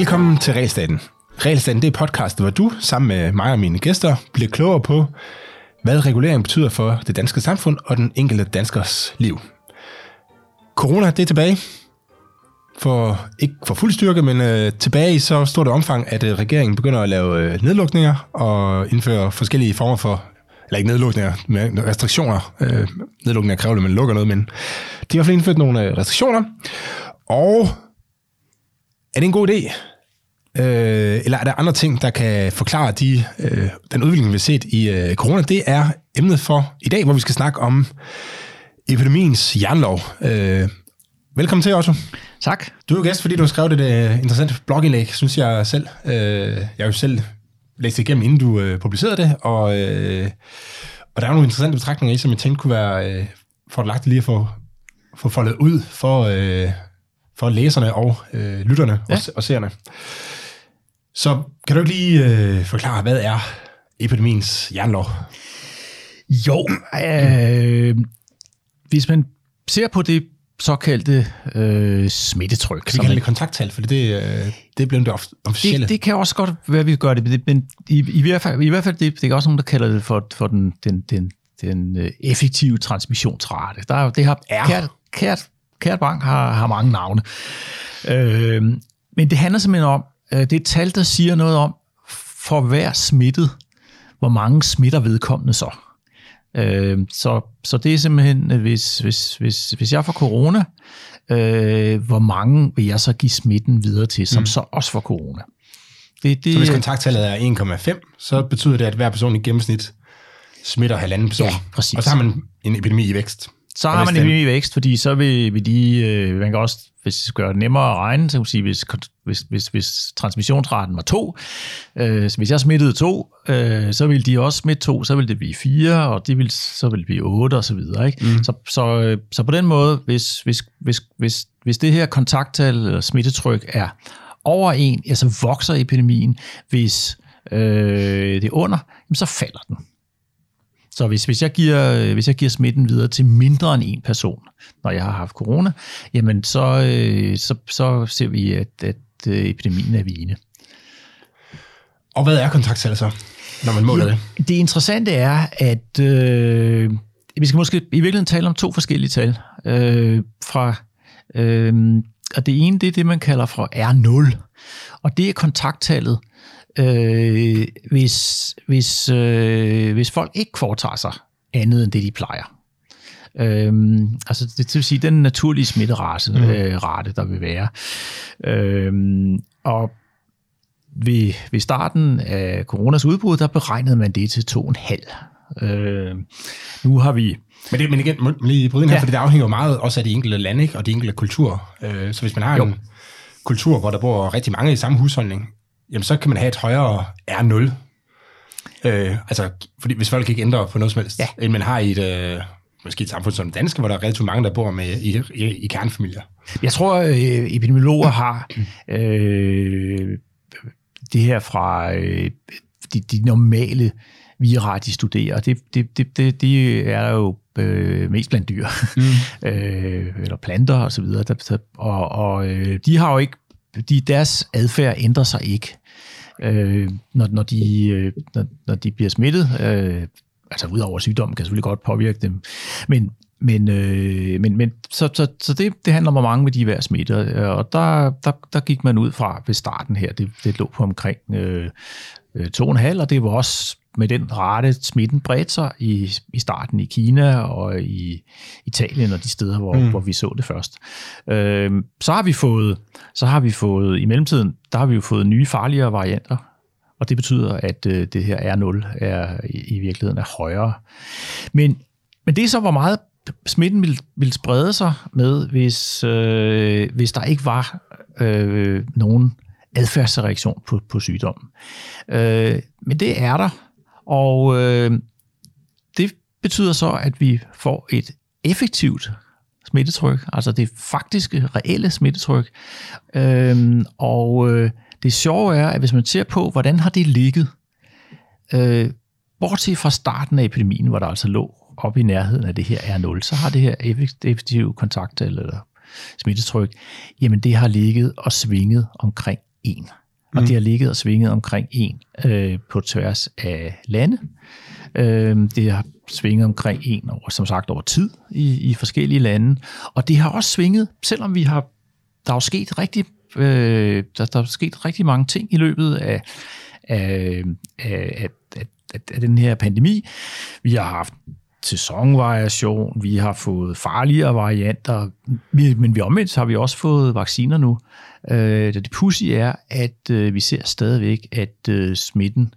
Velkommen til Realstaten. Realstaten, det er podcast, hvor du sammen med mig og mine gæster bliver klogere på, hvad regulering betyder for det danske samfund og den enkelte danskers liv. Corona, det er tilbage. Ikke for fuld styrke, men tilbage i så stort et omfang, at regeringen begynder at lave nedlukninger og indføre forskellige former for, eller ikke nedlukninger, men restriktioner. Nedlukninger kræver, at man lukker noget, men de har i hvert fald indført nogle restriktioner. Og er det en god idé? Eller er der andre ting, der kan forklare den udvikling, vi har set i corona? Det er emnet for i dag, hvor vi skal snakke om epidemiens jernlov. Velkommen til, Otto. Tak. Du er jo gæst, fordi du har skrevet et interessant blogindlæg, synes jeg selv. Jeg har jo selv læst det igennem, inden du publicerede det, og der er nogle interessante betragtninger i, som jeg tænkte kunne være fordelagtigt lige at få foldet ud for læserne og lytterne og seerne. Så kan du ikke lige forklare, hvad er epidemiens jernlov? Jo, hvis man ser på det såkaldte smittetryk. Kan vi kalde det kontakttal, for det er blevet det officielle. Det kan også godt være, vi gør det, men i hvert fald det er også nogen, der kalder det for den effektive transmissionsrate. Det har kært bank har mange navne. Men det handler simpelthen om, det er et tal, der siger noget om, for hver smittet, hvor mange smitter vedkommende så. Så det er simpelthen, hvis jeg får corona, hvor mange vil jeg så give smitten videre til, som så også får corona. Så hvis kontakttallet er 1,5, så betyder det, at hver person i gennemsnit smitter halvanden person. Ja, præcis. Og så har man en epidemi i vækst. Så har man en epidemi i vækst, fordi så vil de, man kan også, hvis det gør det nemmere at regne, så kan man sige, hvis transmissionsraten var 2, hvis jeg smittede 2, så ville de også smitte 2, så ville det blive 4, og så ville det blive 8 og så videre. Ikke? Så på den måde, hvis det her kontakttal eller smittetryk er over 1, ja, så vokser epidemien. Hvis det er under, så falder den. Så hvis jeg giver smitten videre til mindre end en person, når jeg har haft corona, jamen så ser vi, at epidemien er vigende. Og hvad er kontakttallet så, når man måler det? Det interessante er, at vi skal måske i virkeligheden tale om 2 forskellige tal. Og det ene, det er det, man kalder for R0. Og det er kontakttallet, hvis folk ikke foretager sig andet end det, de plejer. Altså det vil sige, den naturlige smitterate, der vil være. Og ved starten af coronas udbrud, der beregnede man det til 2,5. Nu har vi... Men igen, lige bryde ind her, fordi det afhænger jo meget også af de enkelte lande, ikke, og de enkelte kulturer. Så hvis man har en kultur, hvor der bor rigtig mange i samme husholdning, jamen så kan man have et højere R0. Altså, fordi hvis folk ikke ændrer på noget som helst, end man har i måske et samfund som dansk, hvor der er relativt mange, der bor med i kernefamilier. Jeg tror, epidemiologer har det her fra de normale vira, de studerer. Det er jo mest blandt dyr, eller planter og så videre. Og de har jo ikke, deres adfærd ændrer sig ikke, når de bliver smittet. Altså udover sygdommen kan selvfølgelig godt påvirke dem. Men så det handler om, hvor mange vil de være smittet. Og der gik man ud fra ved starten her. Det lå på omkring 2,5, og det var også med den rate, smitten bredte sig i starten i Kina og i Italien og de steder, hvor vi så det først. Så har vi fået i mellemtiden, der har vi jo fået nye farligere varianter, og det betyder, at det her R0 i virkeligheden er højere. Men det er så, hvor meget smitten ville sprede sig med, hvis der ikke var nogen adfærdsreaktion på sygdommen. Men det er der, og det betyder så, at vi får et effektivt smittetryk, altså det faktiske, reelle smittetryk. Det sjove er, at hvis man ser på, hvordan har det ligget, bortset fra starten af epidemien, hvor der altså lå op i nærheden af det her R0, så har det her effektive kontakttal eller smittetryk, jamen det har ligget og svinget omkring 1. Og det har ligget og svinget omkring 1 på tværs af lande. Det har svinget omkring 1 over, som sagt, over tid i forskellige lande. Og det har også svinget, selvom der er jo sket rigtig, der er sket rigtig mange ting i løbet af den her pandemi. Vi har haft sæsonvariation, vi har fået farligere varianter, men omvendt har vi også fået vacciner nu. Det pudsige er, at vi ser stadigvæk, at smitten,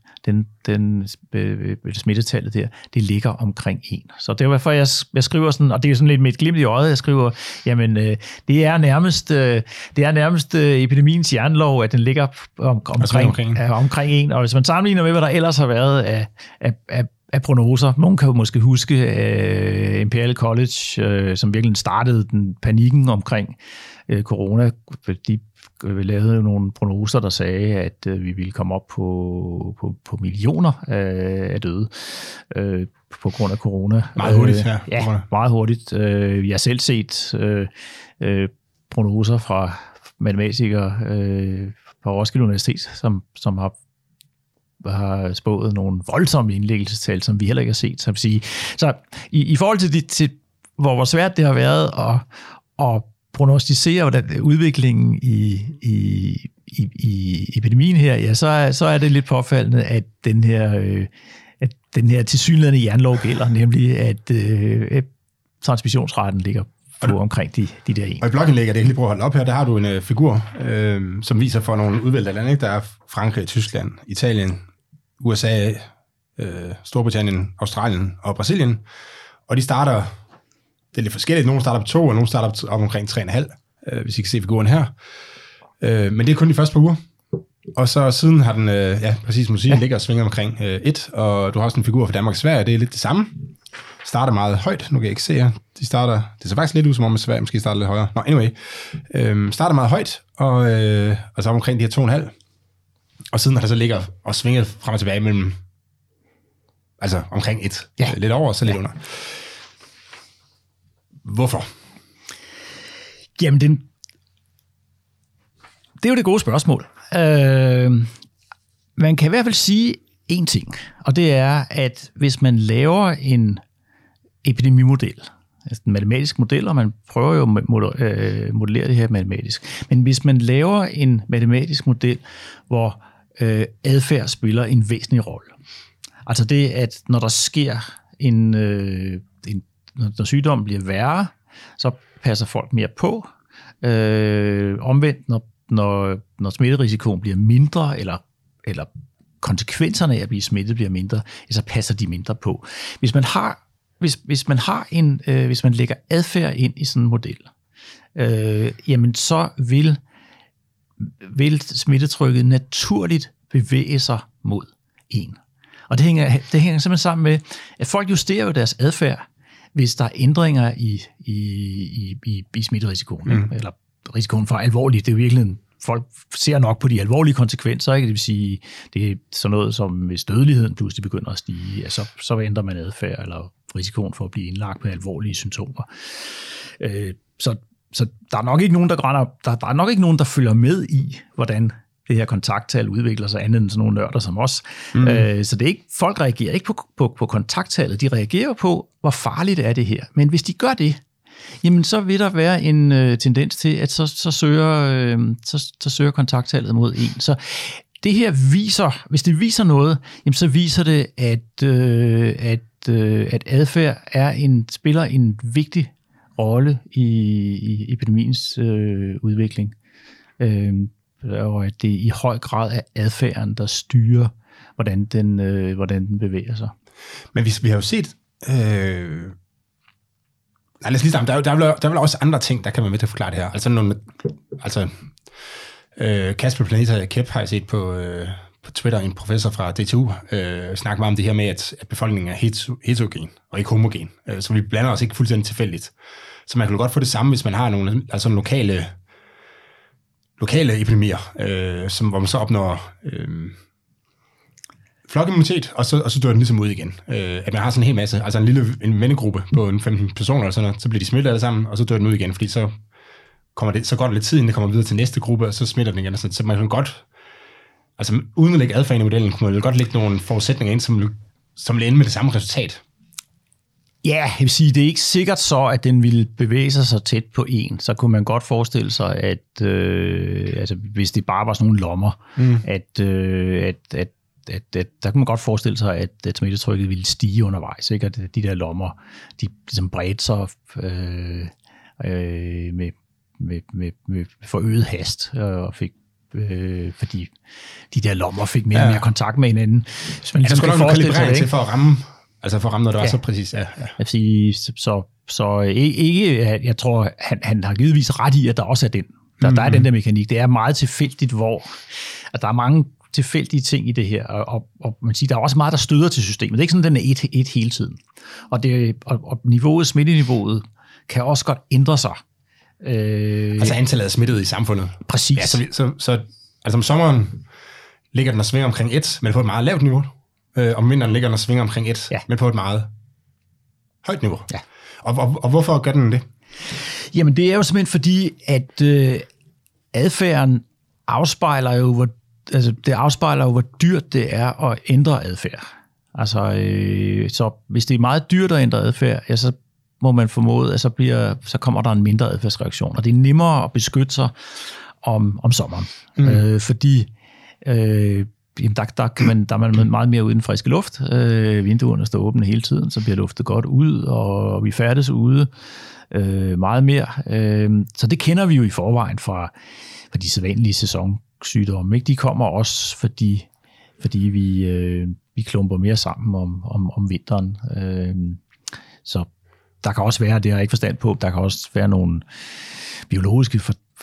smittetallet der, det ligger omkring 1. Så det er derfor, jeg skriver sådan, og det er sådan lidt med et glimt i øjet, jeg skriver, jamen, det er nærmest epidemiens jernlov, at den ligger omkring 1. Og hvis man sammenligner med, hvad der ellers har været af prognoser. Nogen kan jo måske huske Imperial College, som virkelig startede den panikken omkring corona. De lavede nogle prognoser, der sagde, at vi ville komme op på millioner af døde på grund af corona. Meget hurtigt, ja. Ja, meget hurtigt. Vi har selv set prognoser fra matematikere på Roskilde Universitet, som har spået nogle voldsomme indlæggelsestal, som vi heller ikke har set. Så i forhold til hvor svært det har været at prognostisere hvordan udviklingen i epidemien her, ja, så er det lidt påfaldende, at den her tilsyneladende jernlov gælder, nemlig at transmissionsraten ligger på omkring de der 1. Og i blogindlægget, det kan lige prøve at holde op her, der har du en figur, som viser for nogle udvalgte lande, ikke? Der er Frankrig, Tyskland, Italien, USA, Storbritannien, Australien og Brasilien. Og de starter, det er lidt forskelligt, nogle starter på 2, og nogle starter op omkring 3,5, hvis I kan se figuren her. Men det er kun de første par uger. Og så siden har den, præcis som du siger, ligger og svinger omkring 1, og du har også en figur fra Danmark og Sverige, det er lidt det samme. Starter meget højt, nu kan jeg ikke se her. Det ser faktisk lidt ud, som om Sverige måske starter lidt højere. Nå, anyway. Starter meget højt, og så omkring de her 2,5. Og siden har det så ligger og svinget frem og tilbage mellem, altså omkring 1. Ja. Lidt over, og så lidt under. Hvorfor? Jamen, det er jo det gode spørgsmål. Man kan i hvert fald sige én ting, og det er, at hvis man laver en epidemimodel, altså en matematisk model, og man prøver jo at modellere det her matematisk, men hvis man laver en matematisk model, hvor adfærd spiller en væsentlig rolle, altså det, at når der sker når sygdommen bliver værre, så passer folk mere på. Omvendt, når smitterisikoen bliver mindre, eller konsekvenserne af at blive smittet bliver mindre, så passer de mindre på. Hvis man lægger adfærd ind i sådan en model, jamen så vil smittetrykket naturligt bevæge sig mod 1. Og det hænger simpelthen sammen med, at folk justerer jo deres adfærd, hvis der er ændringer i smitterisikoen, eller risikoen for alvorligt. Det er jo virkelig, folk ser nok på de alvorlige konsekvenser, ikke? Det vil sige, det er sådan noget som, hvis dødeligheden pludselig begynder at stige, så ændrer man adfærd, eller risikoen for at blive indlagt med alvorlige symptomer. Så der er nok ikke nogen, der er nok ikke nogen, der følger med i, hvordan det her kontakttal udvikler sig, andet end sådan nogle nørder som os. Så det er ikke, folk reagerer ikke på kontakttallet, de reagerer på, hvor farligt er det her. Men hvis de gør det, jamen så vil der være en tendens til, at så søger kontakttallet mod 1. Så det her viser, hvis det viser noget, jamen så viser det, at adfærd spiller en vigtig rolle i epidemiens udvikling. Og at det i høj grad er adfærden, der styrer, hvordan den bevæger sig. Men vi har jo set... lad os lige starte. Der er vel også andre ting, der kan være med til at forklare det her. Kasper Planeta Kep har jeg set på Twitter, en professor fra DTU, snakke meget om det her med, at befolkningen er heterogen og ikke homogen. Så vi blander os ikke fuldstændig tilfældigt. Så man kan jo godt få det samme, hvis man har nogle lokale epidemier, hvor man så opnår flokimmunitet, og så dør den ligesom ud igen. At man har sådan en hel masse, altså en vennegruppe på en 15 personer, eller sådan noget, så bliver de smittet alle sammen, og så dør den ud igen, fordi så så går det lidt tid, inden det kommer videre til næste gruppe, og så smitter den igen. Så man kan godt, altså uden at lægge adfærd ind i modellen, kunne man godt lægge nogle forudsætninger ind, som vil ende med det samme resultat. Ja, jeg vil sige, det er ikke sikkert så, at den ville bevæge sig så tæt på en. Så kunne man godt forestille sig, at altså, hvis det bare var sådan nogle lommer, at der kunne man godt forestille sig, at smittetrykket ville stige undervejs. Ikke? At de der lommer, de ligesom bredte sig med forøget hast, og fik fordi de der lommer fik mere og mere kontakt med hinanden. Der skulle nok en kalibrering til for at ramme, altså for at ramme, når det var så præcis. Ja. Jeg vil sige, så ikke, jeg tror, han har givetvis ret i, at der også er den. Der er den der mekanik. Det er meget tilfældigt, at der er mange tilfældige ting i det her, og man siger, der er også meget, der støder til systemet. Det er ikke sådan, den er et hele tiden. Og smitteniveauet kan også godt ændre sig. Altså antallet af smittede i samfundet. Præcis. Ja, så altså om sommeren ligger den og svinger omkring 1, men på et meget lavt niveau. Om vinteren ligger den og svinger omkring 1, men på et meget højt niveau. Ja. Og hvorfor gør den det? Jamen det er jo simpelthen fordi, at adfærden afspejler jo, hvor dyrt det er at ændre adfærd. Altså, så hvis det er meget dyrt at ændre adfærd, ja, så må man formode, at så kommer der en mindre adfærdsreaktion. Og det er nemmere at beskytte sig om sommeren. Fordi der er man meget mere ude i den friske luft. Vinduerne står åbne hele tiden, så bliver luftet godt ud, og vi færdes ude meget mere. Så det kender vi jo i forvejen fra de sædvanlige sæsonsygdomme. Ikke? De kommer også, fordi vi klumper mere sammen om vinteren. Så der kan også være, det har jeg ikke forstand på, der kan også være nogle biologiske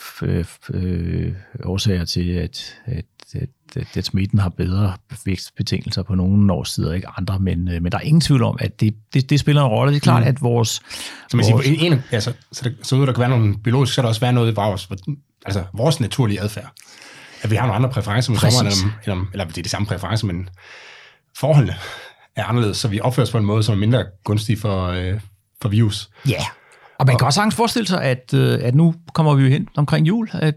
årsager til, at smitten har bedre vækstbetingelser på nogle årstider, ikke andre, men der er ingen tvivl om, at det spiller en rolle. Det er klart, at vores... Så man siger, så ud der kan være nogle biologiske, så kan der også være noget i vores naturlige adfærd. At vi har nogle andre præferencer med sommeren, eller det er de samme præferencer, men forholdene er anderledes, så vi opfører os på en måde, som er mindre gunstig for virus. Ja, og man kan også sagtens forestille sig, at nu kommer vi jo hen omkring jul, at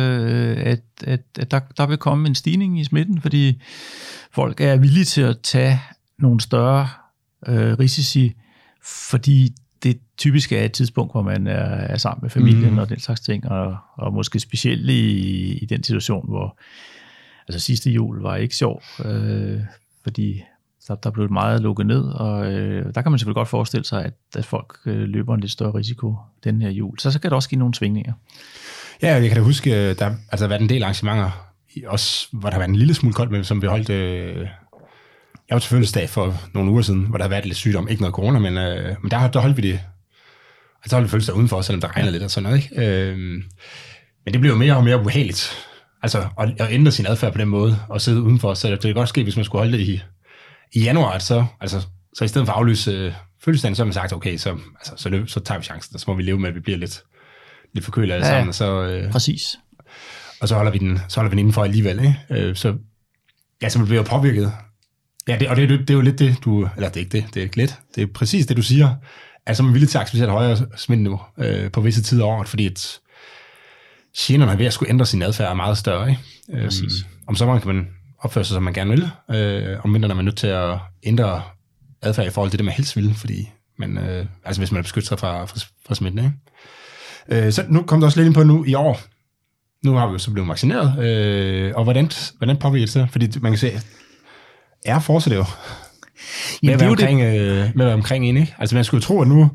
der vil komme en stigning i smitten, fordi folk er villige til at tage nogle større risici, fordi det typisk er et tidspunkt, hvor man er sammen med familien og den slags ting, og måske specielt i den situation, hvor altså sidste jul var ikke sjov, fordi der blev meget lukket ned, og der kan man selvfølgelig godt forestille sig, at folk løber en lidt større risiko den her jul. Så kan der også give nogle svingninger. Ja, jeg kan da huske, der har været en del arrangementer, også, hvor der har været en lille smule koldt med, som vi holdt... jeg var til fødselsdag for nogle uger siden, hvor der har været lidt sygdom. Ikke noget corona, men der holdt vi det. Altså, der holdt vi fødselsdag udenfor, selvom der regnede lidt og sådan noget. Ikke? Men det blev jo mere og mere ubehageligt. Altså, at ændre sin adfærd på den måde, og sidde udenfor. Så det kan godt ske, hvis man skulle holde det i januar, så i stedet for at aflyse fødselsdagen, så har man sagt, okay, så tager vi chancen, og så må vi leve med, at vi bliver lidt forkølet alle sammen. Og så, præcis. Og så holder vi den indenfor alligevel. Ikke? Så man bliver påvirket. Ja, det er jo lidt det, du... Eller det er ikke det, det er ikke lidt. Det er præcis det, du siger. Altså, man er villig til at acceptere et højere smitteniveau på visse tider over, fordi at generne er ved at skulle ændre sin adfærd er meget større. Ikke? Præcis. Om sommeren kan man opføre sig, som man gerne vil. Om vinteren er man nødt til at ændre adfærd i forhold til det, man helst vil, fordi man, hvis man beskytter sig fra smitten. Ikke? Så nu kommer der også lidt ind på nu i år. Nu har vi jo så blevet vaccineret. Og hvordan påvirker det så? Fordi man kan se, er fortsat jo med at være omkring en, ikke? Altså man skulle jo tro, at nu...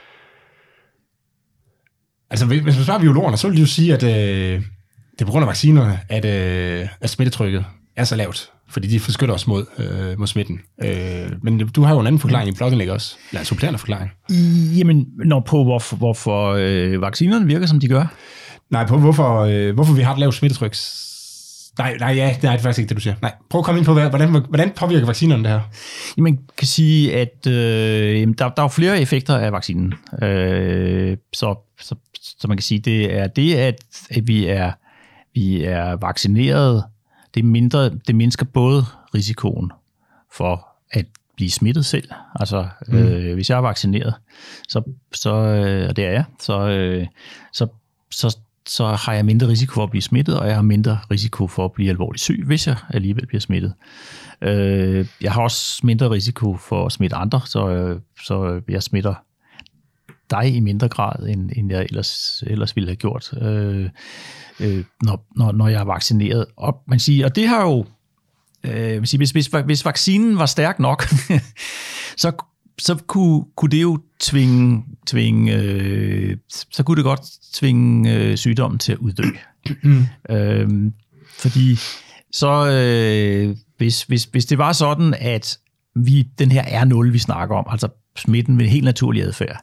Altså hvis man spørger biologerne, så vil de jo sige, at det er på grund af vaccinerne, at smittetrykket er så lavt, fordi de beskytter os mod smitten. Men du har jo en anden forklaring i bloggen, ikke også? Eller en supplerende forklaring. Jamen, hvorfor vaccinerne virker, som de gør? Nej, på hvorfor vi har et lavt smittetryk. Nej, det er faktisk ikke det, du siger. Nej, prøv at komme ind på, hvordan påvirker vaccinerne det her? Man kan sige, at der er jo flere effekter af vaccinen. Så man kan sige, det er det, at vi er vaccineret. Det mindsker både risikoen for at blive smittet selv. Altså, hvis jeg er vaccineret, og det er jeg, så har jeg mindre risiko for at blive smittet, og jeg har mindre risiko for at blive alvorligt syg, hvis jeg alligevel bliver smittet. Jeg har også mindre risiko for at smitte andre, så jeg smitter dig i mindre grad, end jeg ellers ville have gjort, når jeg er vaccineret. Og man siger, og det har jo, hvis vaccinen var stærk nok, så kunne det jo så kunne det godt tvinge sygdommen til at uddø. Fordi så hvis det var sådan, at den her R0, vi snakker om, altså smitten med helt naturlig adfærd,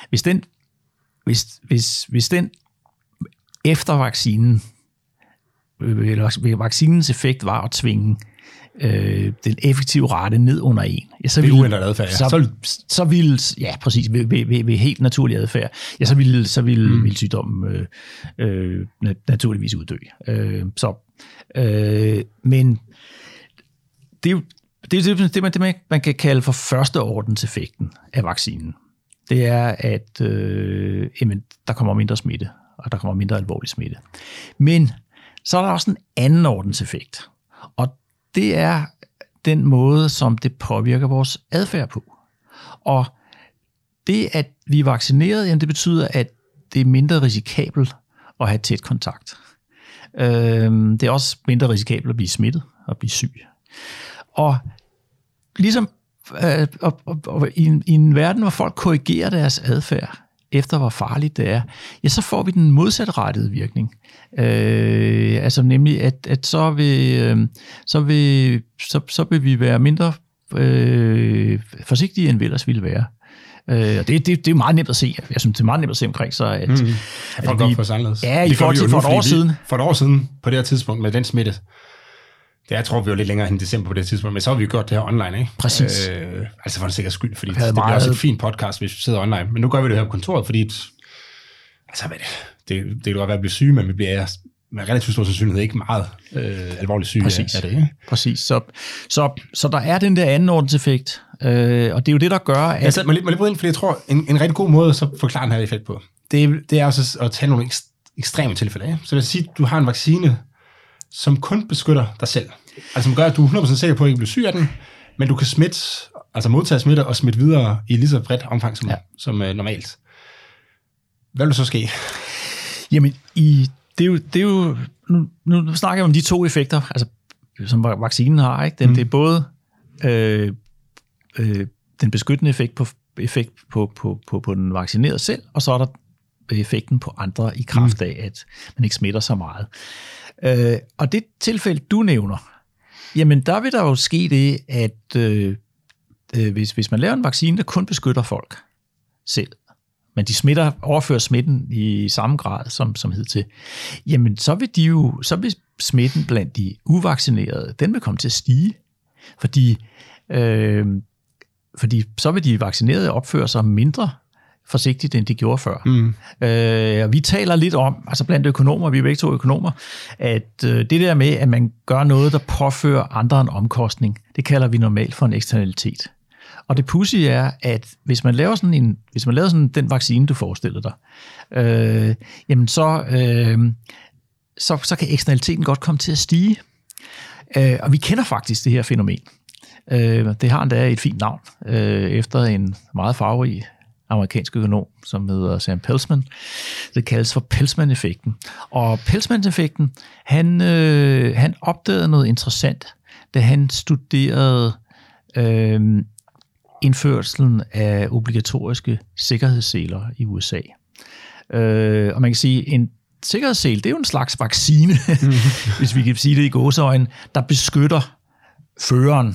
hvis den efter vaccinen, eller vaccinens effekt var at tvinge den effektive rate ned under 1. Ja, så ville uændret adfærd. Så ville, ja, præcis, ved helt naturlig adfærd, ja, så ville sygdommen naturligvis uddø. Men det er jo det, man kan kalde for førsteordenseffekten af vaccinen. Det er, at der kommer mindre smitte, og der kommer mindre alvorlig smitte. Men så er der også en anden ordenseffekt, og det er den måde, som det påvirker vores adfærd på. Og det, at vi er vaccineret, jamen det betyder, at det er mindre risikabelt at have tæt kontakt. Det er også mindre risikabelt at blive smittet og blive syg. Og ligesom i en verden, hvor folk korrigerer deres adfærd efter hvor farligt det er, ja, så får vi den modsatrettede virkning. Altså nemlig, at så vil vi være mindre forsigtige, end vi ellers ville være. Og det er meget nemt at se. Jeg synes, det er meget nemt at se omkring sig, at folk går for os anderledes. Ja, i forhold til for et år siden. For et år siden, på det her tidspunkt, med den smitte, jeg tror, vi var lidt længere end december på det tidspunkt, men så har vi jo gjort det her online, ikke? Præcis. Altså for en sikker skyld, fordi det bliver også et fint podcast, hvis vi sidder online. Men nu gør vi det her på kontoret, fordi det kan godt være at blive syge, men vi bliver med relativt stor sandsynlighed ikke meget alvorligt syge af det, ikke? Præcis. Så der er den der andenordenseffekt, og det er jo det, der gør, at... Jeg må lige bryde ind, fordi jeg tror, en rigtig god måde at så forklare den her effekt på, det er også at tage nogle ekstreme tilfælde, ikke? Så det vil sige, at du har en vaccine, som kun beskytter dig selv. Altså som gør, at du er 100% sikker på, at du ikke bliver syg af den, men du kan modtage smitte og smitte videre i lige så bredt omfang som normalt. Hvad vil så ske? Jamen, det er jo nu snakker jeg om de to effekter, altså, som vaccinen har. Ikke? Det er både den beskyttende effekt på den vaccinerede selv, og så er der effekten på andre i kraft af, at man ikke smitter så meget. Og det tilfælde, du nævner, jamen der vil der jo ske det, at hvis man laver en vaccine, der kun beskytter folk selv, men de overfører smitten i samme grad som hidtil, jamen så vil smitten blandt de uvaccinerede, den vil komme til at stige, fordi så vil de vaccinerede opføre sig mindre forsigtigt, end de gjorde før. Vi taler lidt om, altså blandt økonomer, vi er begge to økonomer, at det der med, at man gør noget, der påfører andre en omkostning, det kalder vi normalt for en eksternalitet. Og det pudsige er, at hvis man laver sådan den vaccine, du forestiller dig, jamen så kan eksternaliteten godt komme til at stige. Og vi kender faktisk det her fænomen. Det har endda et fint navn, efter en meget farverig amerikansk økonom, som hedder Sam Peltzman. Det kaldes for Peltzman-effekten. Og Peltzman-effekten, han opdagede noget interessant, da han studerede indførselen af obligatoriske sikkerhedsseler i USA. Og man kan sige, en sikkerhedssel, det er jo en slags vaccine, hvis vi kan sige det i gåseøjne, der beskytter føreren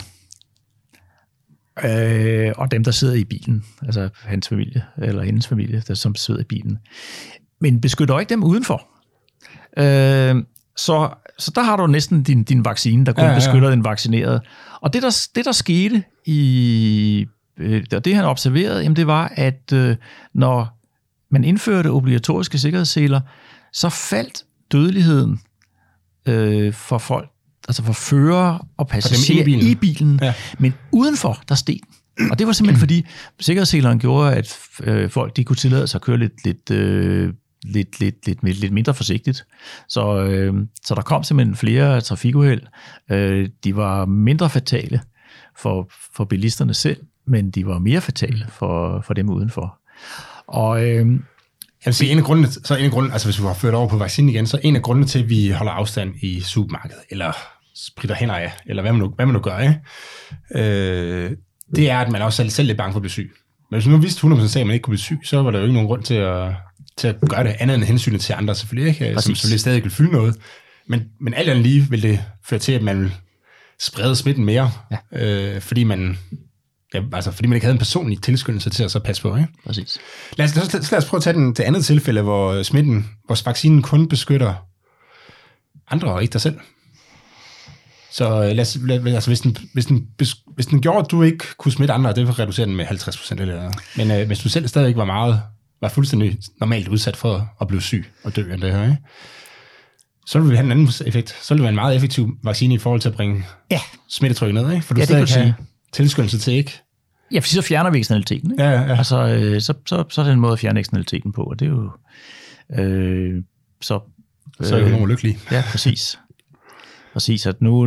og dem, der sidder i bilen, altså hans familie eller hendes familie, som sidder i bilen. Men beskytter ikke dem udenfor. Så der har du næsten din vaccine, der kun beskytter den vaccinerede. Og det der skete og det han observerede, jamen det var, at når man indførte obligatoriske sikkerhedsseler, så faldt dødeligheden for folk, altså for førere og passagerer i bilen, men udenfor, der steg den. Og det var simpelthen fordi sikkerhedsselerne gjorde, at folk de kunne tillade sig at køre lidt lidt mindre forsigtigt. Så der kom simpelthen flere trafikuheld. De var mindre fatale for bilisterne selv, men de var mere fatale for dem udenfor. Og jeg vil sige, en af grundene, altså hvis vi har ført over på vaccinen igen, så en af grundene til, at vi holder afstand i supermarkedet, eller spritter hænder af, eller hvad man nu gør, ikke? Det er, at man også selv er bange for at blive syg. Men hvis man nu vidste 100% at man ikke kunne blive syg, så var der jo ikke nogen grund til at gøre det andet end hensynet til andre, selvfølgelig ikke, som selvfølgelig stadig vil fylde noget. Men alt andet lige vil det føre til, at man vil sprede smitten mere, fordi man ikke havde en personlig tilskyndelse til at så passe på, ikke? Præcis. Lad os prøve at tage det andet tilfælde, hvor vaccinen kun beskytter andre og ikke dig selv. Så hvis den gjorde, at du ikke kunne smitte andre, det vil reducere den med 50% eller. Men hvis du selv stadig var fuldstændig normalt udsat for at blive syg og dø af det her, ikke? Så vil vi have en anden effekt. Så vil det være en meget effektiv vaccine i forhold til at bringe smittetrykket ned, ikke? For du stadig have tilskyndelse til ikke. Ja, for så fjerner vi eksternaliteten, ikke? Ja. Altså, så er det en måde at fjerne eksternaliteten på, og det er jo så er jo lykkelige. Ja, præcis. Præcis, at nu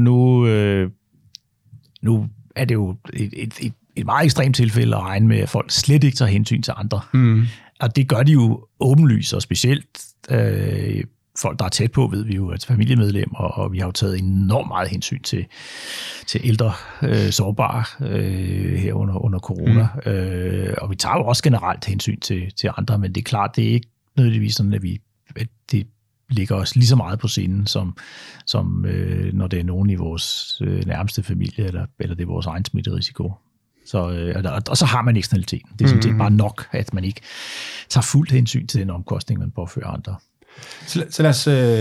er det jo et meget ekstremt tilfælde at regne med, at folk slet ikke tager hensyn til andre. Og det gør de jo åbenlyst, og specielt folk, der er tæt på, ved vi jo, at familiemedlemmer, og vi har jo taget enormt meget hensyn til ældre, sårbare her under corona. Og vi tager jo også generelt hensyn til andre, men det er klart, det er ikke nødvendigvis sådan, at det ligger os lige så meget på scenen, som når det er nogen i vores nærmeste familie, eller det er vores egen smitterisiko. Og så har man eksternaliteten. Det er sådan set bare nok, at man ikke tager fuldt hensyn til den omkostning, man påfører andre. Så lad os...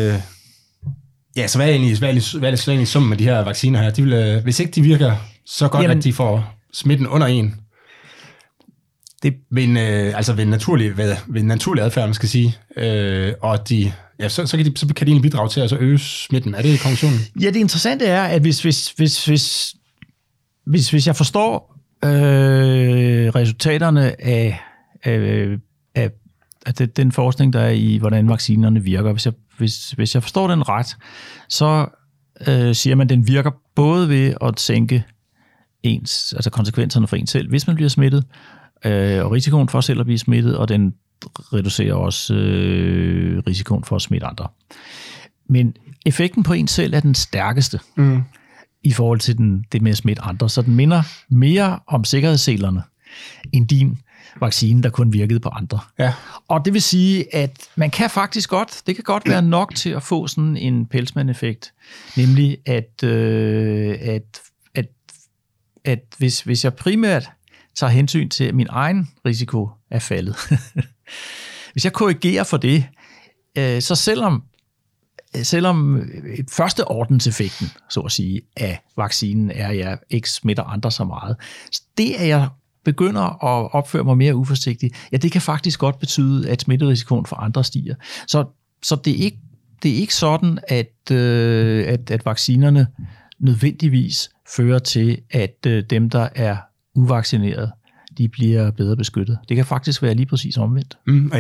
så hvad er egentlig summen med de her vacciner her? De vil, hvis ikke de virker så godt, at de får smitten under en, det ved en naturlig adfærd, man skal sige, og de... Ja, så kan de egentlig bidrage til at så øge smitten. Er det konklusionen? Ja, det interessante er, at hvis jeg forstår resultaterne af den forskning, der er i, hvordan vaccinerne virker, hvis jeg forstår den ret, så siger man, at den virker både ved at sænke konsekvenserne for en selv, hvis man bliver smittet, og risikoen for selv at blive smittet, og den reducerer også risikoen for at smitte andre. Men effekten på en selv er den stærkeste i forhold til det med at smitte andre, så den minder mere om sikkerhedsselerne end din vaccine, der kun virkede på andre. Ja. Og det vil sige, at man kan faktisk godt, det kan godt være nok til at få sådan en Peltzman-effekt, nemlig at hvis jeg primært tager hensyn til, at min egen risiko er faldet. Hvis jeg korrigerer for det, så selvom førsteordenseffekten, så at sige, af vaccinen er, at jeg ikke smitter andre så meget, det at jeg begynder at opføre mig mere uforsigtigt, ja, det kan faktisk godt betyde, at smitterisikoen for andre stiger. Så det er ikke sådan, at vaccinerne nødvendigvis fører til, at dem, der er uvaccineret, de bliver bedre beskyttet. Det kan faktisk være lige præcis omvendt.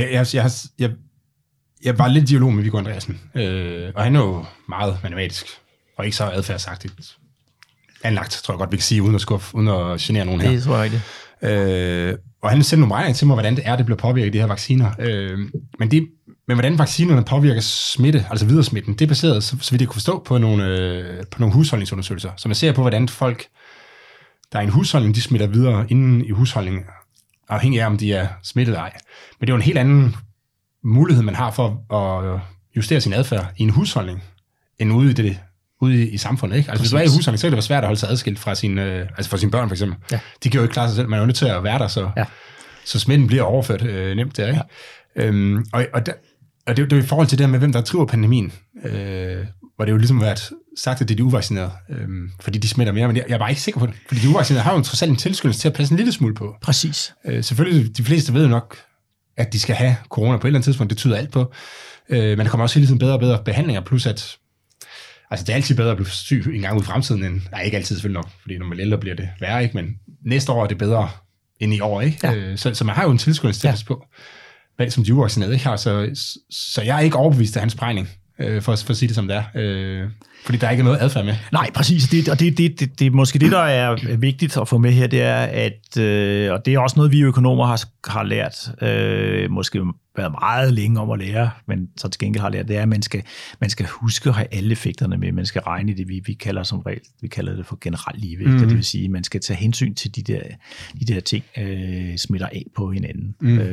Jeg var lidt i dialog med Viggo Andreasen, og han er jo meget matematisk, og ikke så adfærdsagtigt anlagt, tror jeg godt, vi kan sige, uden at genere nogen her. Det tror jeg ikke. Og han sendte nogle beregninger til mig, hvordan det bliver påvirket, de her vacciner. Men hvordan vaccinerne påvirker smitte, altså videresmitten, det er baseret, så vidt jeg kunne forstå, på nogle husholdningsundersøgelser. Så man ser på, hvordan folk, der er en husholdning, de smitter videre inden i husholdningen, afhængig af, om de er smittet eller ej. Men det er jo en helt anden mulighed, man har for at justere sin adfærd i en husholdning, end ude i samfundet, ikke? Altså, hvis du er i husholdning, så kan det være svært at holde sig adskilt fra sine børn, for eksempel. Ja. De kan jo ikke klare sig selv, man er jo nødt til at være der, så smitten bliver overført nemt der, ikke? Ja. Og det er jo i forhold til det her med, hvem der driver pandemien, hvor det jo ligesom været sagt, at det er de uvaccinerede, fordi de smitter mere, men jeg er bare ikke sikker på det, fordi de uvaccinerede har jo trods alt en tilskyndelse til at passe en lille smule på. Præcis. Selvfølgelig, de fleste ved jo nok, at de skal have corona på et eller andet tidspunkt, det tyder alt på, men der kommer også hele tiden bedre og bedre behandlinger, plus at det er altid bedre at blive syg en gang ud i fremtiden, end, ikke altid selvfølgelig nok, fordi når man ældre bliver det værre, ikke? Men næste år er det bedre end i år, ikke? Ja. Så man har jo en tilskyndelse til at passe på. valg som de uvaccinerede ikke har, så jeg er ikke overbevist af hans beregning, for at sige det som det er. Fordi der er ikke noget adfærd med. Nej, præcis. Det er måske det, der er vigtigt at få med her, det er, at, og det er også noget, vi økonomer har lært, måske været meget længe om at lære, men så til gengæld har lært, det er, at man skal huske at have alle effekterne med. Man skal regne i det, vi kalder som regel, vi kalder det for generel ligevægt. Det vil sige, at man skal tage hensyn til de der ting, smitter af på hinanden.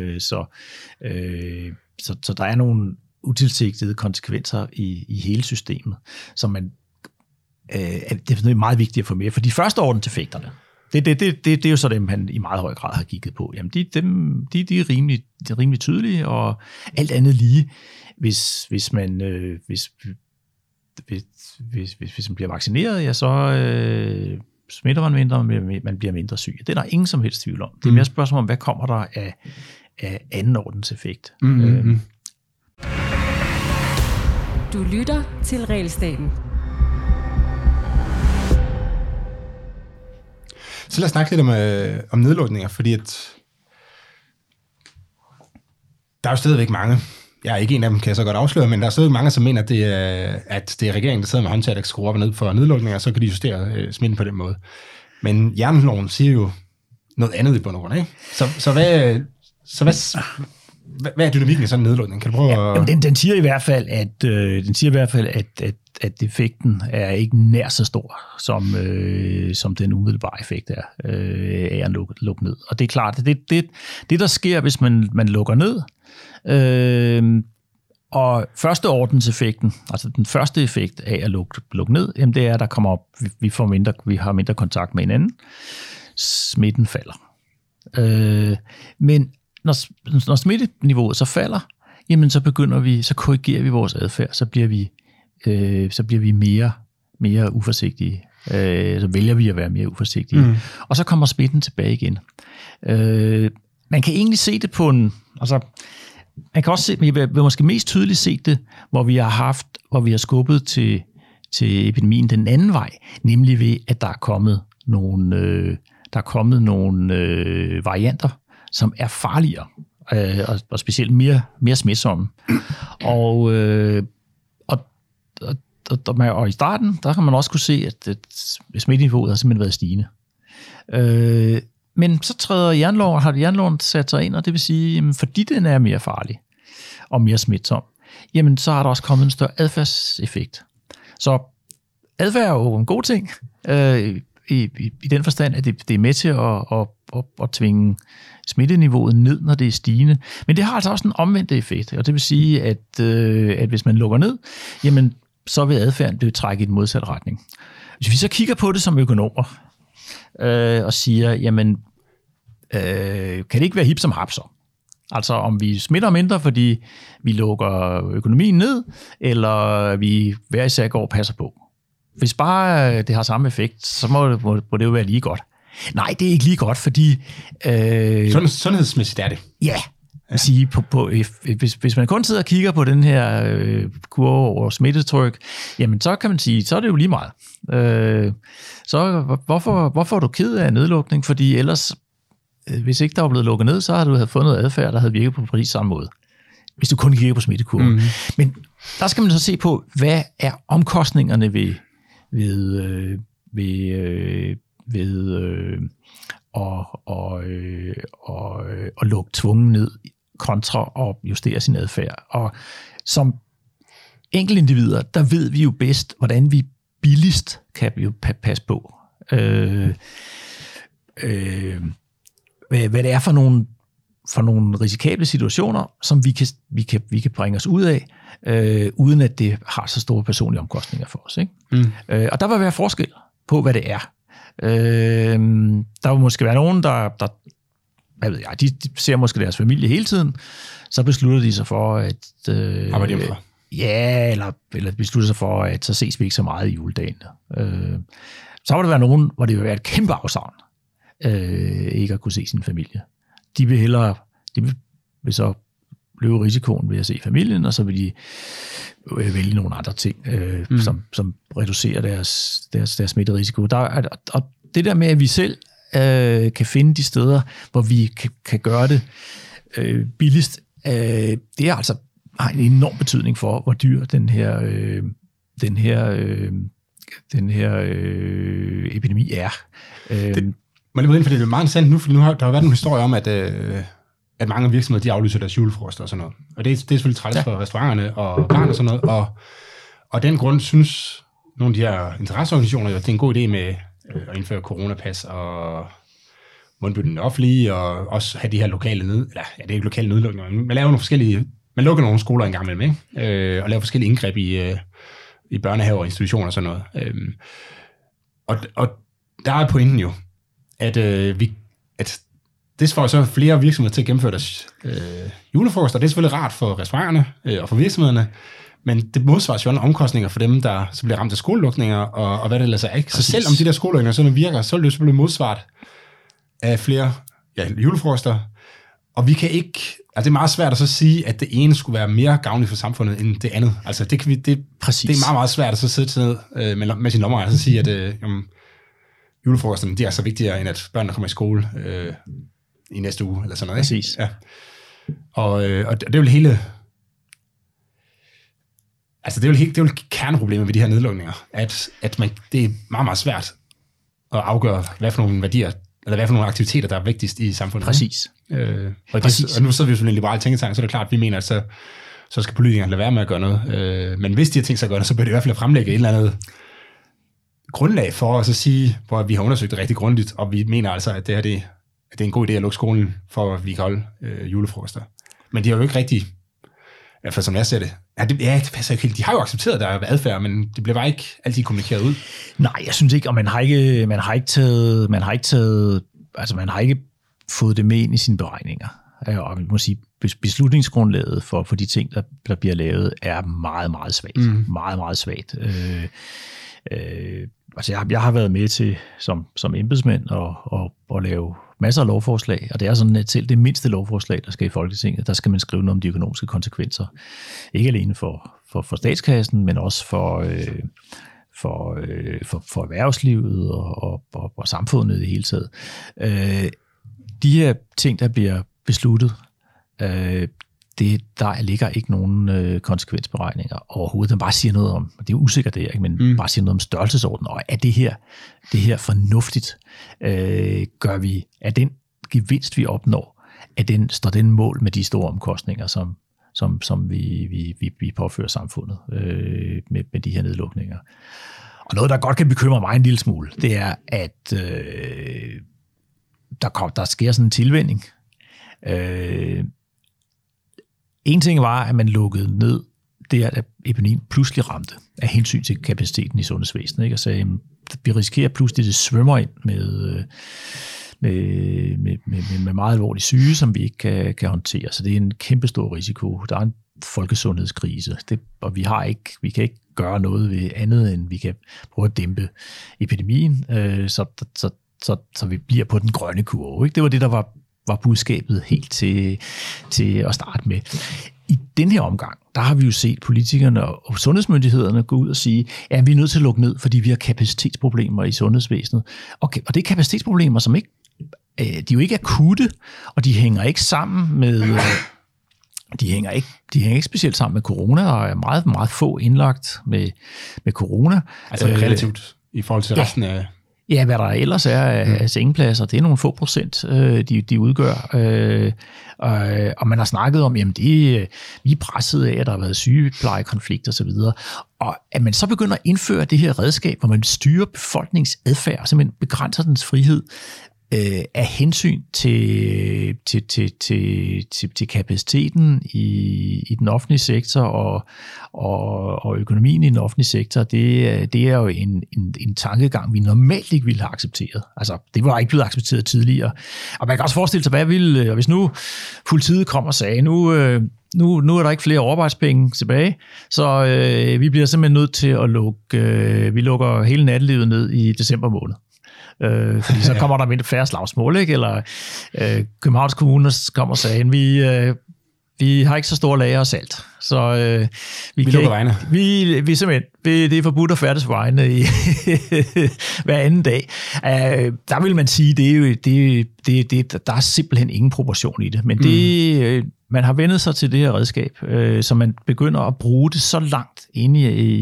Så der er nogle utilsigtede konsekvenser i hele systemet, som man det er meget vigtigt at få med. For de første ordenseffekterne, det er jo så dem, han i meget høj grad har kigget på. Jamen, de er rimelig tydelige, og alt andet lige, hvis man bliver vaccineret, ja, så smitter man mindre, man bliver mindre syg. Det er der ingen som helst tvivl om. Det er mere spørgsmål om, hvad kommer der af anden ordenseffekt. Du lytter til Regelstaten. Så lad os snakke lidt om nedlukninger, fordi at der er jo stadigvæk mange, jeg er ikke en af dem, kan jeg så godt afsløre, men der er stadigvæk mange, som mener, at det er regeringen, der sidder med håndtaget, der kan skrue op og ned for nedlukninger, og så kan de justere smitten på den måde. Men Jernloven siger jo noget andet i bund og grund, ikke? Så hvad er dynamikken i sådan en nedlukning? Kan du prøve at... Den siger i hvert fald, at effekten er ikke nær så stor, som den umiddelbare effekt er af at lukke ned. Og det er klart, det der sker, hvis man lukker ned, og første ordenseffekten, altså den første effekt af at lukke ned, jamen det er, at der kommer op, vi har mindre kontakt med hinanden, smitten falder. Men når smitteniveauet så falder, jamen så korrigerer vi vores adfærd, så bliver vi mere uforsigtige. Så vælger vi at være mere uforsigtige. Og så kommer smitten tilbage igen. Man kan egentlig se det på man kan også se, men jeg vil måske mest tydeligt se det, hvor vi har skubbet til epidemien den anden vej, nemlig ved, at der er kommet nogle varianter, som er farligere, og specielt mere smitsomme. Og i starten, der kan man også kunne se, at smitteniveauet har simpelthen været stigende. Men så har jernloven sat sig ind, og det vil sige, jamen, fordi den er mere farlig og mere smitsom, jamen så har der også kommet en større adfærdseffekt. Så adfærd er jo en god ting, i den forstand, at det er med til at tvinge smitteniveauet ned, når det er stigende. Men det har altså også en omvendt effekt, og det vil sige, at hvis man lukker ned, jamen så vil adfærden blive trækket i den modsatte retning. Hvis vi så kigger på det som økonomer, og siger, jamen, kan det ikke være hip som hapser? Altså om vi smitter mindre, fordi vi lukker økonomien ned, eller vi hver især går og passer på. Hvis bare det har samme effekt, så må det jo være lige godt. Nej, det er ikke lige godt, fordi... Sundhedsmæssigt er det. Ja, sige, hvis man kun sidder og kigger på den her kurve over smittetryk, jamen så kan man sige, så er det jo lige meget. Så hvorfor er du ked af nedlukning? Fordi ellers, hvis ikke der var blevet lukket ned, så har du fået noget adfærd, der havde virket på præcis samme måde. Hvis du kun kigger på smittekurven. Men der skal man så se på, hvad er omkostningerne ved at lukke tvungen ned kontra at justere sin adfærd. Og som enkeltindivider, der ved vi jo bedst, hvordan vi billigst kan passe på. Hvad det er for nogle risikable situationer, som vi kan bringe os ud af, uden at det har så store personlige omkostninger for os. Ikke? Og der vil være forskel på, hvad det er. Der vil måske være nogen, der hvad ved jeg, de ser måske deres familie hele tiden, så beslutter de sig for, at... arbejde hjemmefra. Ja, eller beslutter sig for, at så ses vi ikke så meget i juledagen. Så vil der være nogen, hvor det vil være et kæmpe afsavn, ikke at kunne se sin familie. De vil så løbe risikoen ved at se familien, og så vil de vælge nogle andre ting, som reducerer deres smitterisiko. Og det der med, at vi selv kan finde de steder, hvor vi kan gøre det billigst, det er altså har en enorm betydning for, hvor dyr den her epidemi er. Man er ind, fordi det er meget interessant nu, for nu har der været en historie om, at mange virksomheder, de aflyser deres julefrokost og sådan noget. Og det er selvfølgelig træls for restauranterne og barn og sådan noget. Og den grund synes nogle af de her interesseorganisationer, at det er en god idé med at indføre coronapas og mundbind den offentlige, og også have de her lokale det er ikke lokale nedlukninger, men man laver nogle forskellige, man lukker nogle skoler en gang imellem, ikke? Og laver forskellige indgreb i børnehaver og institutioner og sådan noget. Og der er pointen jo, at det får så flere virksomheder til at gennemføre deres julefrokoster. Det er selvfølgelig rart for restauranterne og for virksomhederne, men det modsvares jo alle omkostninger for dem, der så bliver ramt af skolelukninger og hvad det ellers er, ikke? Så selvom de der skolelukninger sådan virker, så vil det selvfølgelig modsvaret af flere julefrokoster. Og vi kan ikke, altså det er meget svært at så sige, at det ene skulle være mere gavnligt for samfundet end det andet. Altså det er meget, meget svært at så sidde ned med sin lommer og så sige, at julefrokosterne, de er så vigtigere, end at børnene kommer i skole i næste uge, eller sådan noget. Præcis. Ja. Og det er jo hele... Altså det er jo kerneproblemet ved de her nedlukninger, at det er meget, meget svært at afgøre, hvad for nogle værdier, eller hvad for nogle aktiviteter, der er vigtigst i samfundet. Præcis. Og nu sidder vi jo sådan en liberal tænketank, så er det klart, at vi mener, at så skal politikerne lade være med at gøre noget. Men hvis de har tænkt sig at gøre noget, så bør det i hvert fald fremlægge et eller andet grundlag for at så sige, hvor vi har undersøgt det rigtig grundigt, og vi mener altså, at det er en god idé at lukke skolen, for at vi kan holde julefrokoster. Men de har jo ikke rigtig, i hvert fald som jeg ser det, det passer ikke helt. De har jo accepteret, der er adfærd, men det bliver bare ikke altid kommunikeret ud. Nej, jeg synes ikke, og man har ikke fået det med ind i sine beregninger. Og man må sige, beslutningsgrundlaget for de ting, der bliver lavet, er meget, meget svagt. Meget, meget svagt. Altså jeg har været med til som embedsmænd og lave masser af lovforslag, og det er sådan, at selv det mindste lovforslag, der skal i Folketinget, der skal man skrive noget om de økonomiske konsekvenser. Ikke alene for statskassen, men også for erhvervslivet og samfundet i det hele taget. De her ting, der bliver besluttet, der ligger ikke nogen konsekvensberegninger overhovedet. Den bare siger noget om, det er usikkert det, ikke? Men bare siger noget om størrelsesorden, og er det her fornuftigt? Er den gevinst, vi opnår, står den mål med de store omkostninger, som vi påfører samfundet med de her nedlukninger? Og noget, der godt kan bekymre mig en lille smule, det er, at der sker sådan en tilvænning. En ting var, at man lukkede ned, det er, at epidemien pludselig ramte af hensyn til kapaciteten i sundhedsvæsenet, ikke? Og sagde, vi risikerer pludselig, at det svømmer ind med meget alvorlige syge, som vi ikke kan håndtere. Så det er en kæmpe stor risiko. Der er en folkesundhedskrise, og vi kan ikke gøre noget ved andet, end vi kan prøve at dæmpe epidemien, så vi bliver på den grønne kurve, ikke? Det var det, der var budskabet helt til at starte med. I den her omgang, der har vi jo set politikerne og sundhedsmyndighederne gå ud og sige, at vi er nødt til at lukke ned, fordi vi har kapacitetsproblemer i sundhedsvæsenet. Og det er kapacitetsproblemer, som ikke, de er jo ikke akutte, og de hænger ikke sammen med... De hænger ikke specielt sammen med corona. Der er meget, meget få indlagt med corona. Altså relativt i forhold til resten af... Ja, hvad der ellers er af sengepladser, det er nogle få procent, de udgør. Og man har snakket om, jamen vi er presset af, at der har været sygeplejekonflikt og så videre. Og at man så begynder at indføre det her redskab, hvor man styrer befolkningsadfærd, og simpelthen begrænser dens frihed af hensyn til kapaciteten i den offentlige sektor og økonomien i den offentlige sektor, det er jo en tankegang, vi normalt ikke ville have accepteret. Altså, det var ikke blevet accepteret tidligere. Og man kan også forestille sig, hvis nu politiet kom og sagde, nu er der ikke flere overarbejdspenge tilbage, så vi bliver simpelthen nødt til at lukker hele nattelivet ned i december måned. Fordi så kommer der færre slagsmål, ikke? Eller Københavns Kommune kommer og sagde, vi Vi har ikke så store lager af salt, så vi lukker vejene. Vi simpelthen, det er forbudt at færdes vejene hver anden dag. Der vil man sige, der er simpelthen ingen proportion i det, men man har vendet sig til det her redskab, så man begynder at bruge det så langt inde